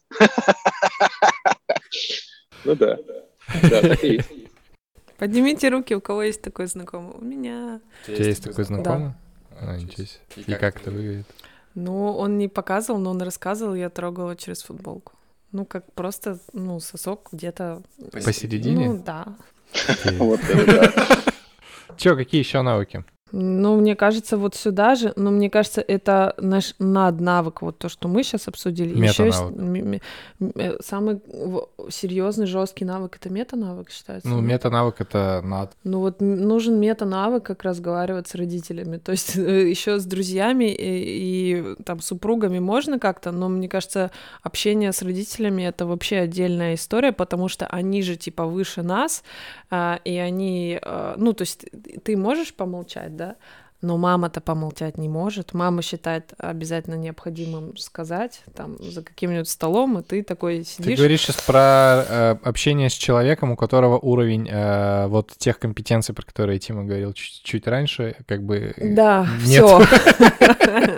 Ну да. Да, так и есть. Поднимите руки, у кого есть такой знакомый. У меня. У тебя есть такой знакомый? Да. Ничего себе. И как это выглядит? Ну, он не показывал, но он рассказывал, я трогала через футболку. Ну, как просто, ну, сосок где-то... Посередине? Ну, да. Вот это да. Чё, какие еще навыки? Ну, мне кажется, вот сюда же, но мне кажется, это наш наднавык, вот то, что мы сейчас обсудили. Метанавык. Самый серьезный, жесткий навык — это метанавык, считается? Ну, метанавык — это над. Ну, вот нужен метанавык, как разговаривать с родителями. То есть еще с друзьями и там супругами можно как-то, но мне кажется, общение с родителями — это вообще отдельная история, потому что они же типа выше нас, и они, ну, то есть ты можешь помолчать, да, но мама-то помолчать не может. Мама считает обязательно необходимым сказать, там, за каким-нибудь столом, и ты такой сидишь... Ты говоришь сейчас про общение с человеком, у которого уровень вот тех компетенций, про которые Тима говорил чуть раньше, как бы... Да, нет. Всё.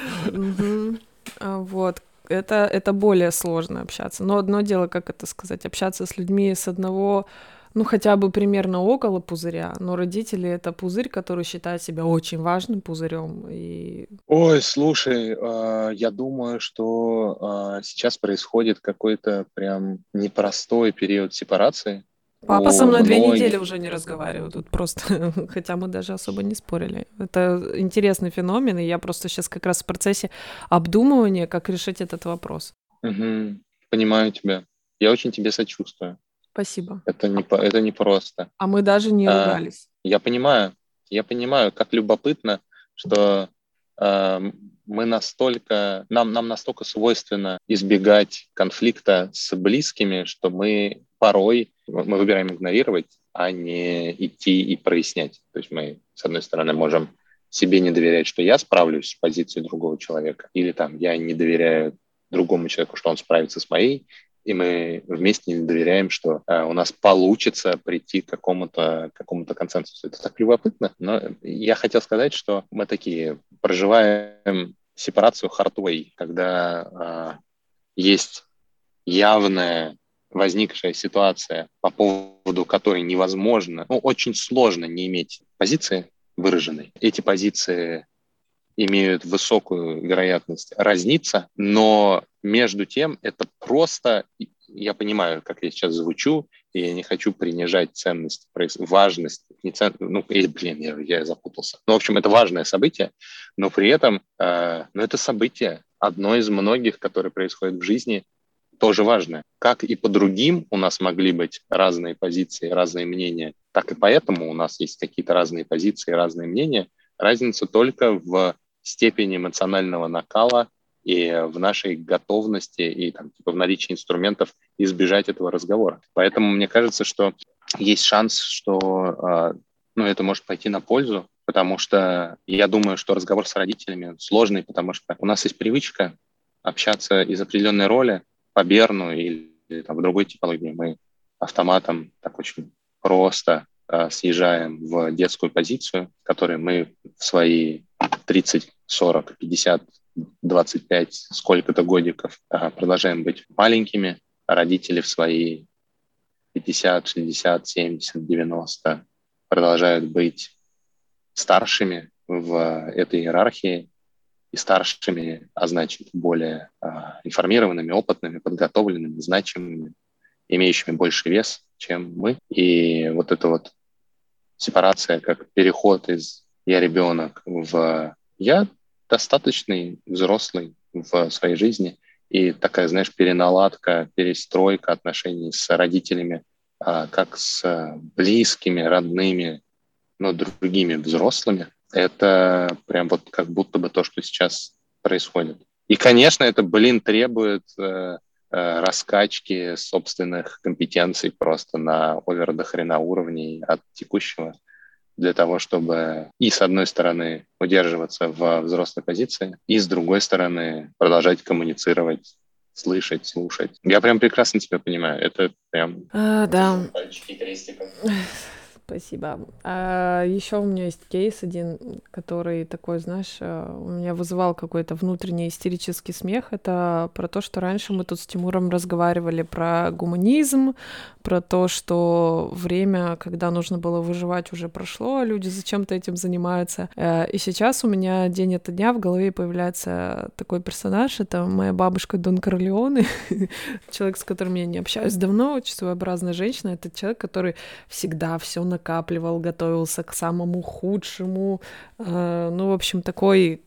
Вот. Это более сложно общаться. Но одно дело, как это сказать, общаться с людьми с одного... ну, хотя бы примерно около пузыря, но родители — это пузырь, который считает себя очень важным пузырем. И... Ой, слушай, я думаю, что сейчас происходит какой-то прям непростой период сепарации. Папа со мной 2 недели уже не разговаривает, тут просто, хотя мы даже особо не спорили. Это интересный феномен, и я просто сейчас как раз в процессе обдумывания, как решить этот вопрос. Угу. Понимаю тебя. Я очень тебе сочувствую. Спасибо. Это не просто. А мы даже не ругались. Я понимаю. Я понимаю, как любопытно, что нам настолько свойственно избегать конфликта с близкими, что мы выбираем игнорировать, а не идти и прояснять. То есть мы, с одной стороны, можем себе не доверять, что я справлюсь с позицией другого человека, или там я не доверяю другому человеку, что он справится с моей, и мы вместе не доверяем, что у нас получится прийти к какому-то консенсусу. Это так любопытно. Но я хотел сказать, что мы такие проживаем сепарацию hard way, когда есть явная возникшая ситуация, по поводу которой невозможно, очень сложно не иметь позиции выраженной. Эти позиции имеют высокую вероятность разниться, но между тем это просто, я понимаю, как я сейчас звучу, и я не хочу принижать ценность, важность, я запутался. В общем, это важное событие, но при этом это событие, одно из многих, которое происходит в жизни, тоже важное. Как и по другим у нас могли быть разные позиции, разные мнения, так и поэтому у нас есть какие-то разные позиции, разные мнения. Разница только в степени эмоционального накала и в нашей готовности и в наличии инструментов избежать этого разговора. Поэтому мне кажется, что есть шанс, что это может пойти на пользу, потому что я думаю, что разговор с родителями сложный, потому что у нас есть привычка общаться из определенной роли по Берну или в другой типологии. Мы автоматом так очень просто съезжаем в детскую позицию, в которой мы в свои 30, 40, 50, 25, сколько-то годиков продолжаем быть маленькими, а родители в свои 50, 60, 70, 90 продолжают быть старшими в этой иерархии, и старшими, а значит, более информированными, опытными, подготовленными, значимыми, имеющими больший вес, чем мы. И вот эта вот сепарация, как переход из «я ребенок» в «я достаточный взрослый в своей жизни», и такая, знаешь, переналадка, перестройка отношений с родителями, как с близкими, родными, но другими взрослыми, это прям вот как будто бы то, что сейчас происходит. И, конечно, это, требует раскачки собственных компетенций просто на овер до хрена уровней от текущего, для того, чтобы и с одной стороны удерживаться в взрослой позиции, и с другой стороны продолжать коммуницировать, слышать, слушать. Я прям прекрасно тебя понимаю. Это прям... Да. Пальчики крестиком. Спасибо. Еще у меня есть кейс один, который такой, знаешь, у меня вызывал какой-то внутренний истерический смех. Это про то, что раньше мы тут с Тимуром разговаривали про гуманизм, про то, что время, когда нужно было выживать, уже прошло, а люди зачем-то этим занимаются. И сейчас у меня день ото дня в голове появляется такой персонаж. Это моя бабушка Дон Корлеоне, человек, с которым я не общаюсь давно, очень своеобразная женщина. Это человек, который всегда все накапливал, готовился к самому худшему. В общем, такой,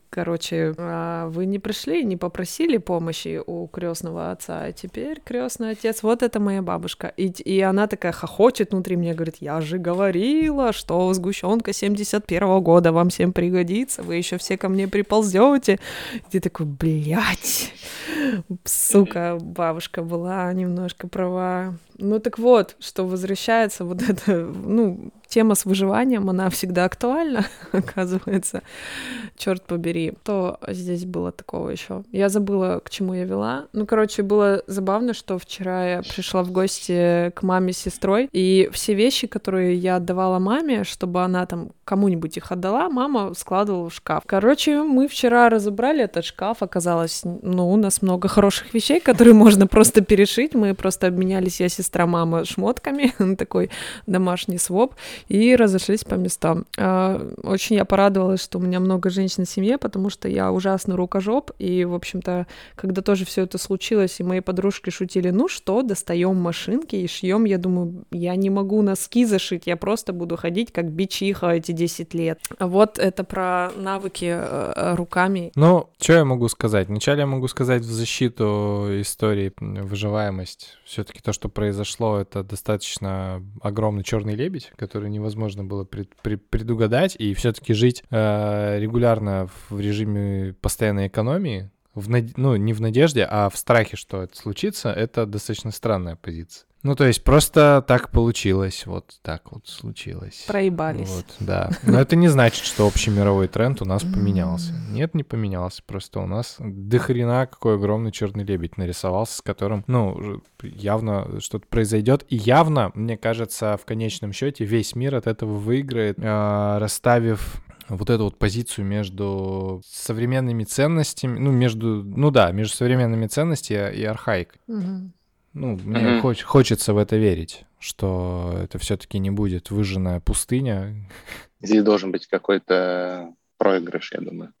вы не пришли, не попросили помощи у крестного отца, а теперь крестный отец, вот это моя бабушка. И она такая хохочет внутри меня, говорит, я же говорила, что сгущенка 71-го года вам всем пригодится, вы еще все ко мне приползете. И ты такой, блядь, сука, бабушка была немножко права. Так вот, что возвращается вот эта, тема с выживанием, она всегда актуальна, оказывается. Черт побери. Что здесь было такого еще? Я забыла, к чему я вела. Было забавно, что вчера я пришла в гости к маме с сестрой, и все вещи, которые я отдавала маме, чтобы она там кому-нибудь их отдала, мама складывала в шкаф. Мы вчера разобрали этот шкаф, оказалось, у нас много хороших вещей, которые можно просто перешить, мы просто обменялись, я, сестра, мама, шмотками, такой домашний своп, и разошлись по местам. Очень я порадовалась, что у меня много женщин в семье, потому что я ужасный рукожоп, и, в общем-то, когда тоже все это случилось, и мои подружки шутили, ну что, достаем машинки и шьем, я думаю, я не могу носки зашить, я просто буду ходить как бичиха эти 10 лет. Вот это про навыки руками. Ну, что я могу сказать? Вначале я могу сказать в защиту истории выживаемость. Все-таки то, что произошло, это достаточно огромный черный лебедь, который невозможно было предугадать, и все-таки жить регулярно в режиме постоянной экономии, ну, не в надежде, а в страхе, что это случится, это достаточно странная позиция. Ну, то есть просто так получилось, вот так вот случилось. Проебались. Вот, да. Но это не значит, что общий мировой тренд у нас поменялся. Нет, не поменялся. Просто у нас дохрена какой огромный черный лебедь нарисовался, с которым, ну, явно что-то произойдет. И явно, мне кажется, в конечном счете весь мир от этого выиграет, расставив вот эту вот позицию между современными ценностями, между современными ценностями и архаикой. Ну, мне хочется в это верить, что это все-таки не будет выжженная пустыня. Здесь должен быть какой-то проигрыш, я думаю.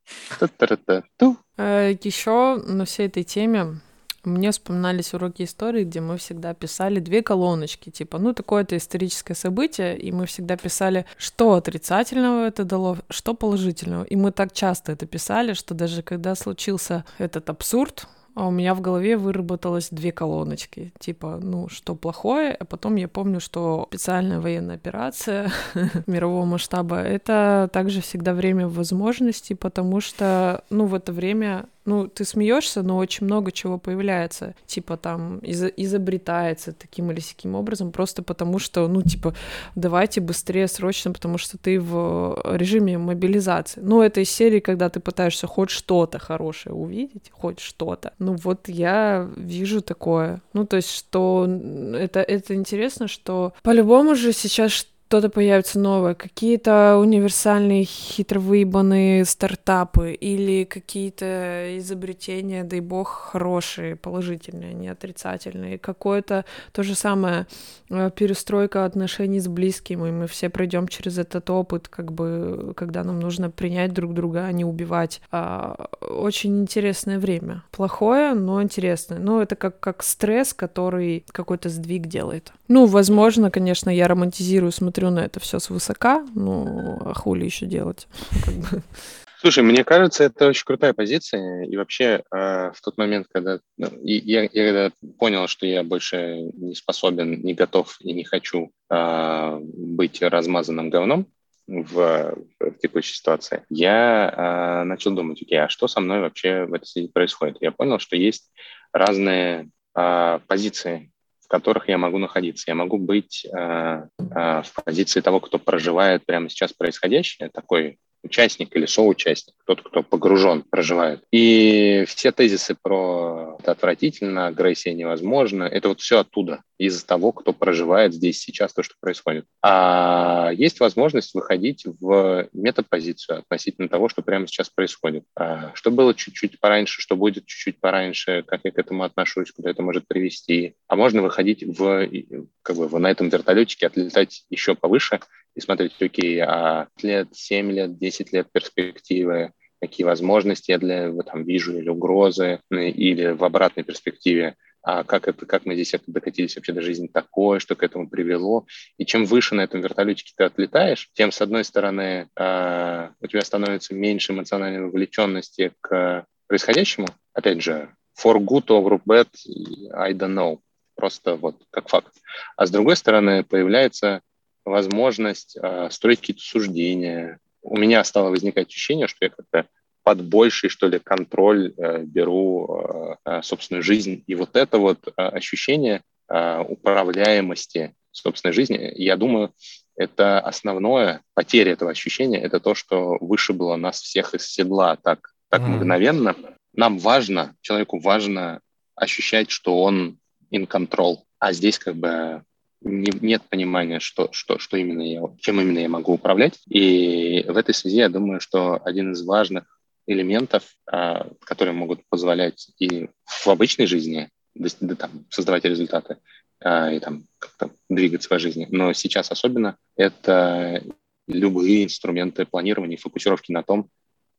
Еще на всей этой теме мне вспоминались уроки истории, где мы всегда писали 2 колоночки, типа, ну, такое-то историческое событие, и мы всегда писали, что отрицательного это дало, что положительного. И мы так часто это писали, что даже когда случился этот абсурд, а у меня в голове выработалось 2 колоночки, типа, ну, что плохое, а потом я помню, что специальная военная операция мирового масштаба — это также всегда время возможностей, потому что, ну, в это время, ну, ты смеешься, но очень много чего появляется, типа, там, изобретается таким или сяким образом, просто потому что, ну, типа, давайте быстрее, срочно, потому что ты в режиме мобилизации. Ну, это из серии, когда ты пытаешься хоть что-то хорошее увидеть, хоть что-то. Ну, вот я вижу такое. Ну, то есть, что это интересно, что по-любому же сейчас что-то появится новое, какие-то универсальные хитро выебанные стартапы или какие-то изобретения, дай бог, хорошие, положительные, не отрицательные. Какое-то то же самое перестройка отношений с близкими, мы все пройдем через этот опыт, как бы, когда нам нужно принять друг друга, а не убивать. Очень интересное время. Плохое, но интересное. Ну, это как стресс, который какой-то сдвиг делает. Ну, возможно, конечно, я романтизирую, смотрю на это все свысока, ну, а хули еще делать? Слушай, мне кажется, это очень крутая позиция. И вообще, в тот момент, когда я когда понял, что я больше не способен, не готов и не хочу быть размазанным говном в текущей ситуации, я начал думать, окей, а что со мной вообще в этой связи происходит? Я понял, что есть разные позиции, в которых я могу находиться. Я могу быть в позиции того, кто проживает прямо сейчас происходящее, такой участник или соучастник, тот, кто погружен, проживает. И все тезисы про это отвратительно, агрессия невозможна, это вот все оттуда, из-за того, кто проживает здесь сейчас то, что происходит. А есть возможность выходить в метапозицию относительно того, что прямо сейчас происходит. Что было чуть-чуть пораньше, что будет чуть-чуть пораньше, как я к этому отношусь, куда это может привести. А можно выходить на этом вертолетике, отлетать еще повыше и смотреть, окей, 7 лет, 10 лет перспективы, какие возможности я вижу, или угрозы, или в обратной перспективе, как мы здесь докатились вообще до жизни такой, что к этому привело. И чем выше на этом вертолетике ты отлетаешь, тем, с одной стороны, у тебя становится меньше эмоциональной вовлеченности к происходящему. Опять же, for good or bad, I don't know. Просто вот как факт. А с другой стороны, появляется возможность строить какие-то суждения. У меня стало возникать ощущение, что я как-то под больший, что ли, контроль беру собственную жизнь. И вот это вот ощущение управляемости собственной жизни, я думаю, это основное, потеря этого ощущения, это то, что вышибло нас всех из седла так мгновенно. Нам важно, человеку важно ощущать, что он in control. А здесь как бы нет понимания, чем именно я могу управлять. И в этой связи я думаю, что один из важных элементов, которые могут позволять и в обычной жизни создавать результаты и как-то двигаться по жизни, но сейчас особенно, это любые инструменты планирования и фокусировки на том,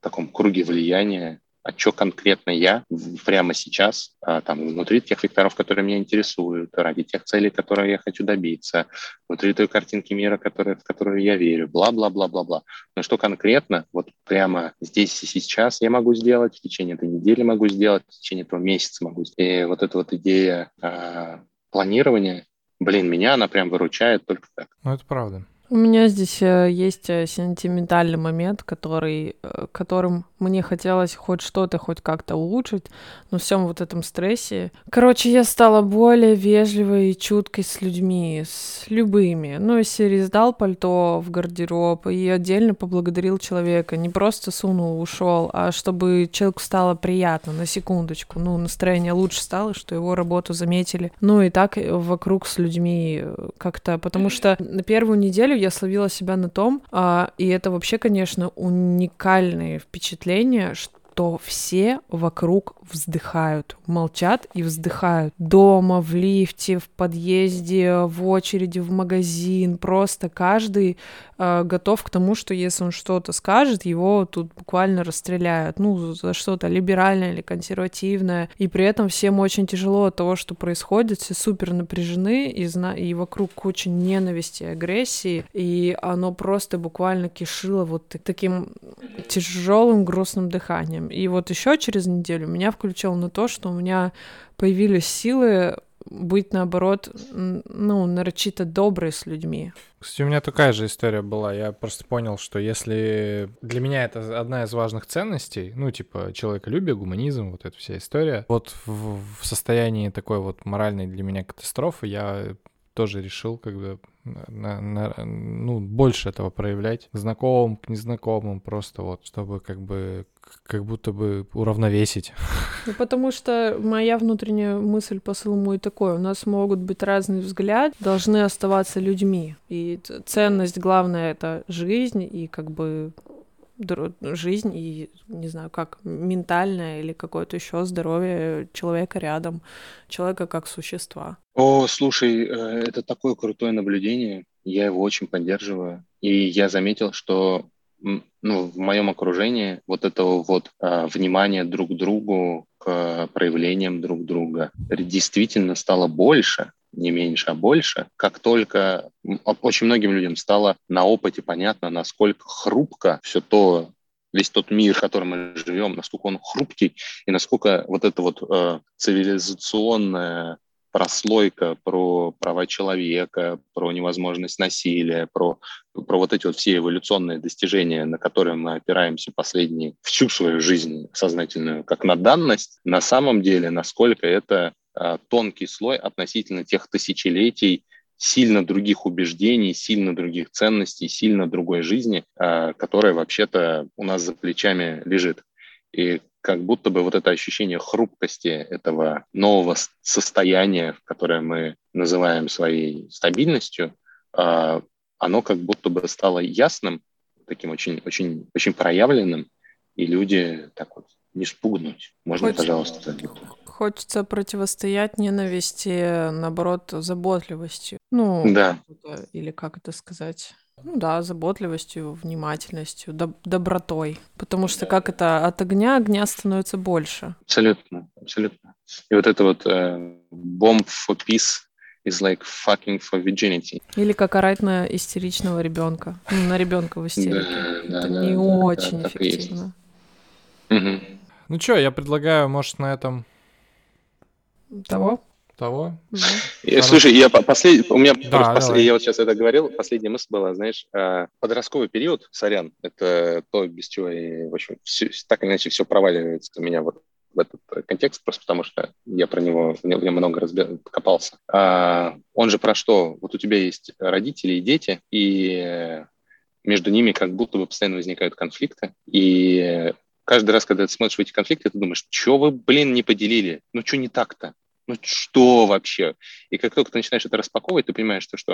таком круге влияния, а что конкретно я прямо сейчас, там, внутри тех векторов, которые меня интересуют, ради тех целей, которые я хочу добиться, внутри той картинки мира, в которую я верю, бла-бла-бла-бла-бла. Но что конкретно, вот прямо здесь и сейчас я могу сделать, в течение этой недели могу сделать, в течение этого месяца могу сделать. И вот эта вот идея планирования, меня она прям выручает только так. Ну, это правда. У меня здесь есть сентиментальный момент, которым мне хотелось хоть что-то, хоть как-то улучшить, но в всем вот этом стрессе. Короче, я стала более вежливой и чуткой с людьми, с любыми. Ну, из серии сдал пальто в гардероб и отдельно поблагодарил человека. Не просто сунул, ушел, а чтобы человеку стало приятно, на секундочку. Ну, настроение лучше стало, что его работу заметили. Ну, и так вокруг с людьми как-то, потому что на первую неделю я словила себя на том, и это вообще, конечно, уникальные впечатления, что все вокруг вздыхают, молчат и вздыхают. Дома, в лифте, в подъезде, в очереди, в магазин. Просто каждый готов к тому, что если он что-то скажет, его тут буквально расстреляют. Ну, за что-то либеральное или консервативное. И при этом всем очень тяжело от того, что происходит. Все супер напряжены, и вокруг куча ненависти, агрессии. И оно просто буквально кишило вот таким тяжелым грустным дыханием. И вот еще через неделю меня включило на то, что у меня появились силы быть, наоборот, нарочито доброй с людьми. Кстати, у меня такая же история была. Я просто понял, что если... Для меня это одна из важных ценностей, человеколюбие, гуманизм, вот эта вся история. Вот в состоянии такой вот моральной для меня катастрофы я тоже решил больше этого проявлять знакомым, к незнакомым, просто вот, чтобы как будто бы уравновесить. Ну, потому что моя внутренняя мысль, посыл мой такой: у нас могут быть разные взгляды, должны оставаться людьми. И ценность главная — это жизнь, и жизнь, и, не знаю, как ментальное или какое-то еще здоровье человека рядом, человека как существа. О, слушай, это такое крутое наблюдение, я его очень поддерживаю. И я заметил, что в моем окружении вот этого вот внимания друг к другу, к проявлениям друг друга действительно стало больше, не меньше, а больше, как только очень многим людям стало на опыте понятно, насколько хрупко весь тот мир, в котором мы живем, насколько он хрупкий, и насколько вот эта вот цивилизационная прослойка про права человека, про невозможность насилия, про вот эти вот все эволюционные достижения, на которые мы опираемся всю свою жизнь сознательную, как на данность, на самом деле, насколько это тонкий слой относительно тех тысячелетий сильно других убеждений, сильно других ценностей, сильно другой жизни, которая вообще-то у нас за плечами лежит. И как будто бы вот это ощущение хрупкости этого нового состояния, которое мы называем своей стабильностью, оно как будто бы стало ясным, таким очень, очень, очень проявленным, и люди так вот не спугнуть. Можно, пожалуйста? Хочется противостоять ненависти, наоборот, заботливостью. Да. Или как это сказать? Заботливостью, внимательностью, добротой. Потому что от огня становится больше. Абсолютно, абсолютно. И вот это вот bomb for peace is like fucking for virginity. Или как орать на истеричного ребенка. На ребенка в истерике. Это не очень эффективно. Ну что, я предлагаю, может, на этом... Того? Слушай, я вот сейчас это говорил, последняя мысль была, знаешь, подростковый период, сорян, это то, без чего, в общем, так или иначе все проваливается у меня вот в этот контекст, просто потому что я в нем много копался. Он же про что? Вот у тебя есть родители и дети, и между ними как будто бы постоянно возникают конфликты, и каждый раз, когда ты смотришь в эти конфликты, ты думаешь, что вы, не поделили? Ну, что не так-то? Ну, что вообще? И как только ты начинаешь это распаковывать, ты понимаешь, что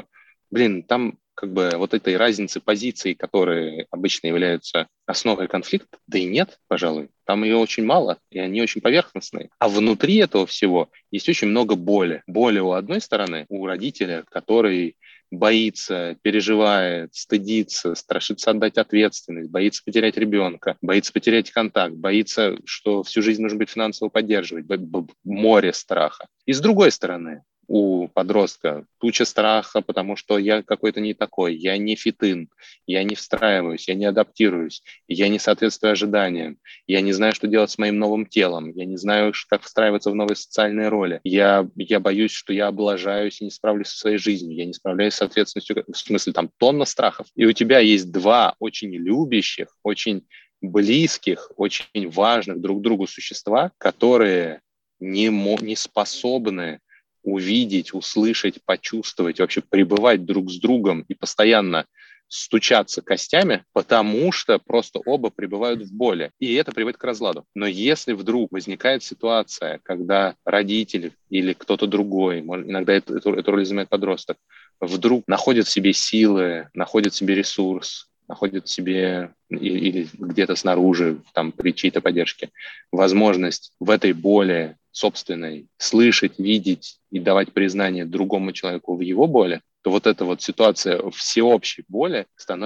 там как бы вот этой разницы позиций, которые обычно являются основой конфликта, да и нет, пожалуй. Там ее очень мало, и они очень поверхностные. А внутри этого всего есть очень много боли. Боли у одной стороны, у родителя, который боится, переживает, стыдится, страшится отдать ответственность, боится потерять ребенка, боится потерять контакт, боится, что всю жизнь нужно быть финансово поддерживать, море страха. И с другой стороны, у подростка туча страха, потому что я какой-то не такой, я не фитин, я не встраиваюсь, я не адаптируюсь, я не соответствую ожиданиям, я не знаю, что делать с моим новым телом, я не знаю, как встраиваться в новые социальные роли, я боюсь, что я облажаюсь и не справлюсь со своей жизнью, я не справляюсь с ответственностью, в смысле там тонна страхов. И у тебя есть два очень любящих, очень близких, очень важных друг другу существа, которые не способны увидеть, услышать, почувствовать, вообще пребывать друг с другом и постоянно стучаться костями, потому что просто оба пребывают в боли. И это приводит к разладу. Но если вдруг возникает ситуация, когда родители или кто-то другой, иногда эту роль занимает подросток, вдруг находит в себе силы, находит в себе ресурс, находит в себе или где-то снаружи, там, при чьей-то поддержке, возможность в этой боли собственной слышать, видеть и давать признание другому человеку в его боли, то вот эта вот ситуация всеобщей боли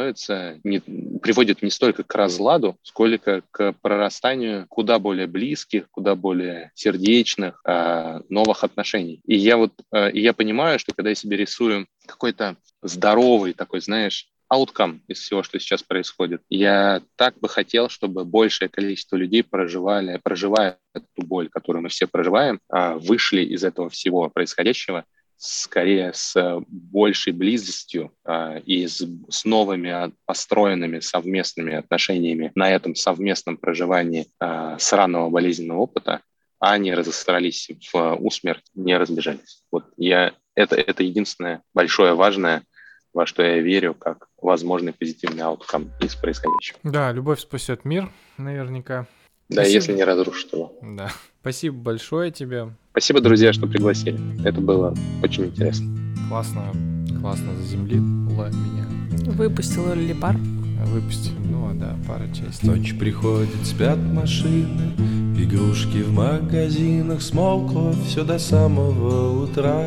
приводит не столько к разладу, сколько к прорастанию куда более близких, куда более сердечных, новых отношений. И я понимаю, что когда я себе рисую какой-то здоровый такой, знаешь, outcome из всего, что сейчас происходит. Я так бы хотел, чтобы большее количество людей, проживая эту боль, которую мы все проживаем, вышли из этого всего происходящего скорее с большей близостью и с новыми построенными совместными отношениями на этом совместном проживании сраного болезненного опыта, а не разосрались в усмерть, не разбежались. Это единственное большое, важное, во что я верю, как возможный позитивный ауткам из происходящего. Да, любовь спасет мир, наверняка. Да, Спасибо. Если не разрушит его. Да. Спасибо большое тебе. Спасибо, друзья, что пригласили. Это было очень интересно. Классно заземлила меня. Выпустила ли пар? Выпустил, пара частей. Ночь приходит, спят машины, игрушки в магазинах, смолкло все до самого утра.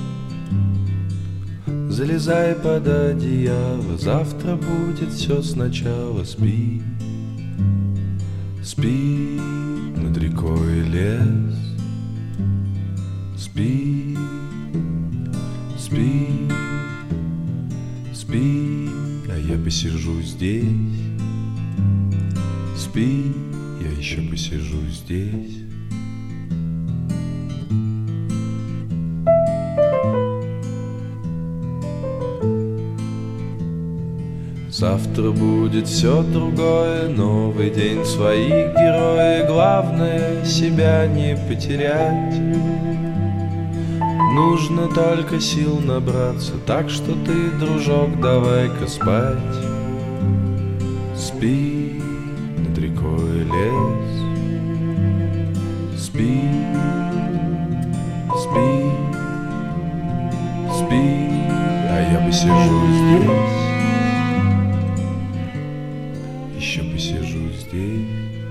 Залезай под одеяло, завтра будет все сначала. Спи, спи над рекой лес. Спи, спи, спи, а я посижу здесь. Спи, я еще посижу здесь. Завтра будет все другое, новый день, свои герои. Главное себя не потерять. Нужно только сил набраться, так что ты, дружок, давай-ка спать. Спи над рекой лес. Спи, спи, спи, а я посижу здесь. Еще посижу здесь.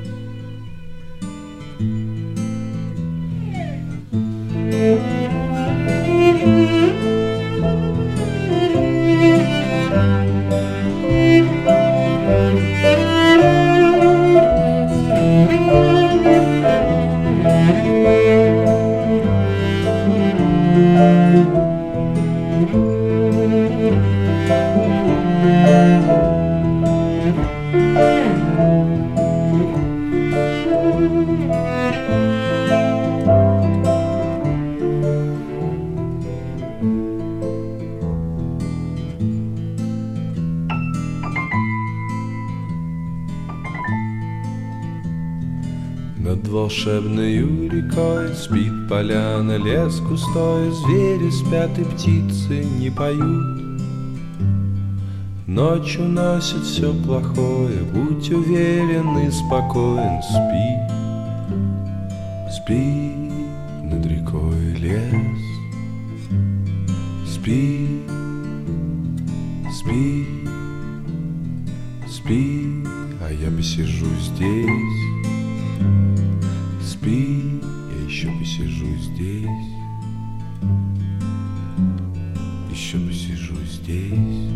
Над волшебною рекой спит поляна, лес густой, звери спят и птицы не поют. Ночь уносит все плохое, будь уверен и спокоен. Спи, спи над рекой лес. Спи, Спи, спи, а я посижу здесь. Спи, я еще посижу здесь. Еще посижу здесь.